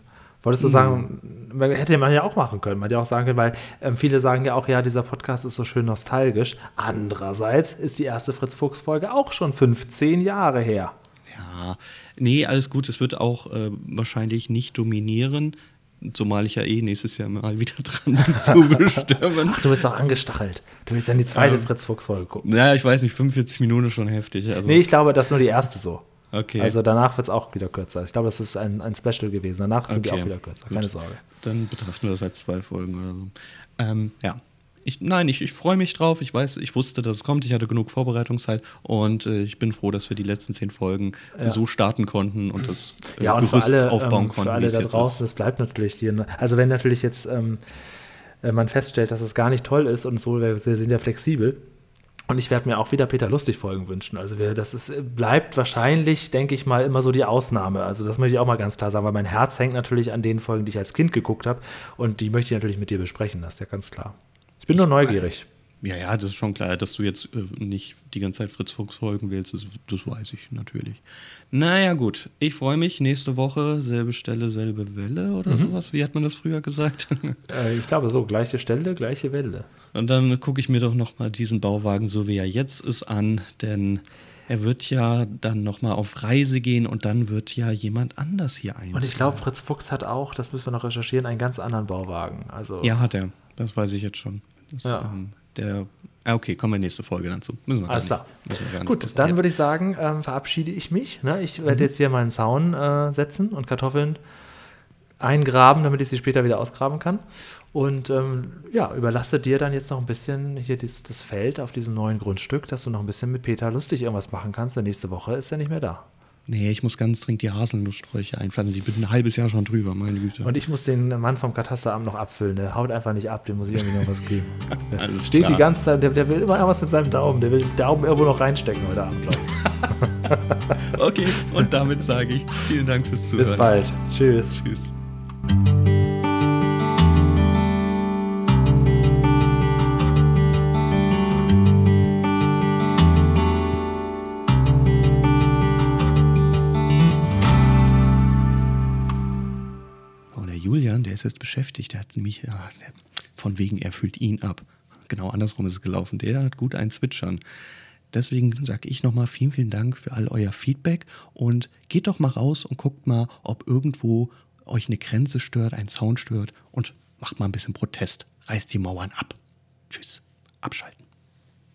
Wolltest du sagen, man hätte man ja auch machen können, man hätte ja auch sagen können, weil ähm, viele sagen ja auch, ja, dieser Podcast ist so schön nostalgisch. Andererseits ist die erste Fritz-Fuchs-Folge auch schon fünfzehn Jahre her. Ja, nee, alles gut. Es wird auch äh, wahrscheinlich nicht dominieren, zumal ich ja eh nächstes Jahr mal wieder dran bin zu bestimmen. Ach, du bist doch angestachelt. Du willst dann die zweite Ähm, Fritz-Fuchs-Folge gucken. Ja, ich weiß nicht, fünfundvierzig Minuten ist schon heftig. Also. Nee, ich glaube, das ist nur die erste so. Okay. Also danach wird es auch wieder kürzer. Ich glaube, das ist ein, ein Special gewesen. Danach sind die Okay, auch wieder kürzer. gut. Keine Sorge. Dann betrachten wir das als zwei Folgen oder so. Ähm, ja. Ich, nein, ich, ich freue mich drauf. Ich weiß, ich wusste, dass es kommt. Ich hatte genug Vorbereitungszeit und äh, ich bin froh, dass wir die letzten zehn Folgen Ja. so starten konnten und das äh, Ja, und für Gerüst alle, aufbauen ähm, konnten. für wie alle es da jetzt draußen, ist. das bleibt natürlich hier. Also wenn natürlich jetzt ähm, äh, man feststellt, dass es gar nicht toll ist und so, wir, wir sind ja flexibel. Und ich werde mir auch wieder Peter Lustig-Folgen wünschen. Also wir, das ist, bleibt wahrscheinlich, denke ich mal, immer so die Ausnahme. Also das möchte ich auch mal ganz klar sagen, weil mein Herz hängt natürlich an den Folgen, die ich als Kind geguckt habe. Und die möchte ich natürlich mit dir besprechen, das ist ja ganz klar. Ich bin nur neugierig. Ja, ja, das ist schon klar, dass du jetzt äh, nicht die ganze Zeit Fritz Fuchs folgen willst, das, das weiß ich natürlich. Naja, gut, ich freue mich. Nächste Woche, selbe Stelle, selbe Welle oder Mhm. sowas. Wie hat man das früher gesagt? Äh, ich glaube so, gleiche Stelle, gleiche Welle. Und dann gucke ich mir doch nochmal diesen Bauwagen, so wie er jetzt ist, an, denn er wird ja dann nochmal auf Reise gehen und dann wird ja jemand anders hier einziehen. Und ich glaube, Fritz Fuchs hat auch, das müssen wir noch recherchieren, einen ganz anderen Bauwagen. Also Ja, hat er. Das weiß ich jetzt schon. Das, Ja. ähm, der, ah, okay, kommen wir nächste Folge dann zu. Müssen wir gar Alles nicht- klar. müssen wir gar nicht Gut, groß dann jetzt. würde ich sagen, ähm, verabschiede ich mich. Ne? Ich werde jetzt hier meinen Zaun äh, setzen und Kartoffeln eingraben, damit ich sie später wieder ausgraben kann. Und ähm, ja, überlasse dir dann jetzt noch ein bisschen hier das, das Feld auf diesem neuen Grundstück, dass du noch ein bisschen mit Peter lustig irgendwas machen kannst. Denn nächste Woche ist er nicht mehr da. Nee, ich muss ganz dringend die Haselnusssträuche einpflanzen. Ich bin ein halbes Jahr schon drüber, meine Güte. Und ich muss den Mann vom Katasteramt noch abfüllen. Der haut einfach nicht ab, dem muss ich irgendwie noch was geben. Der Alles steht klar. die ganze Zeit, der, der will immer irgendwas mit seinem Daumen. Der will den Daumen irgendwo noch reinstecken heute Abend, glaube ich. Okay, und damit sage ich vielen Dank fürs Zuhören. Bis bald. Tschüss. Tschüss. Oh, der Julian, der ist jetzt beschäftigt. Der hat mich, ja, der, von wegen, er fühlt ihn ab. Genau andersrum ist es gelaufen. Der hat gut ein Zwitschern. Deswegen sage ich nochmal vielen, vielen Dank für all euer Feedback und geht doch mal raus und guckt mal, ob irgendwo euch eine Grenze stört, ein Sound stört und macht mal ein bisschen Protest. Reißt die Mauern ab. Tschüss. Abschalten.